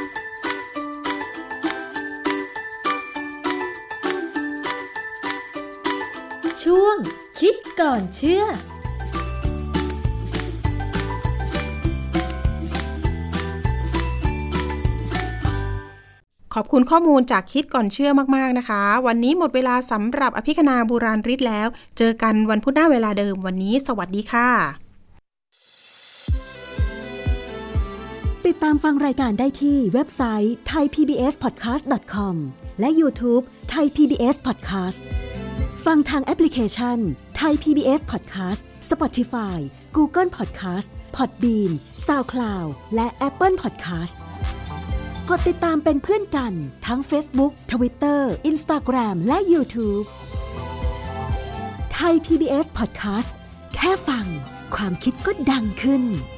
ช่วงคิดก่อนเชื่อขอบคุณข้อมูลจากคิดก่อนเชื่อมากๆนะคะวันนี้หมดเวลาสำหรับอภิคณาบุราริศแล้วเจอกันวันพุธหน้าเวลาเดิมวันนี้สวัสดีค่ะติดตามฟังรายการได้ที่เว็บไซต์ thaipbspodcast.com และ YouTube Thai PBS Podcast ฟังทางแอปพลิเคชัน Thai PBS Podcast Spotify Google Podcast Podbean SoundCloud และ Apple Podcastกดติดตามเป็นเพื่อนกันทั้ง Facebook Twitter Instagram และ YouTube Thai PBS Podcast แค่ฟังความคิดก็ดังขึ้น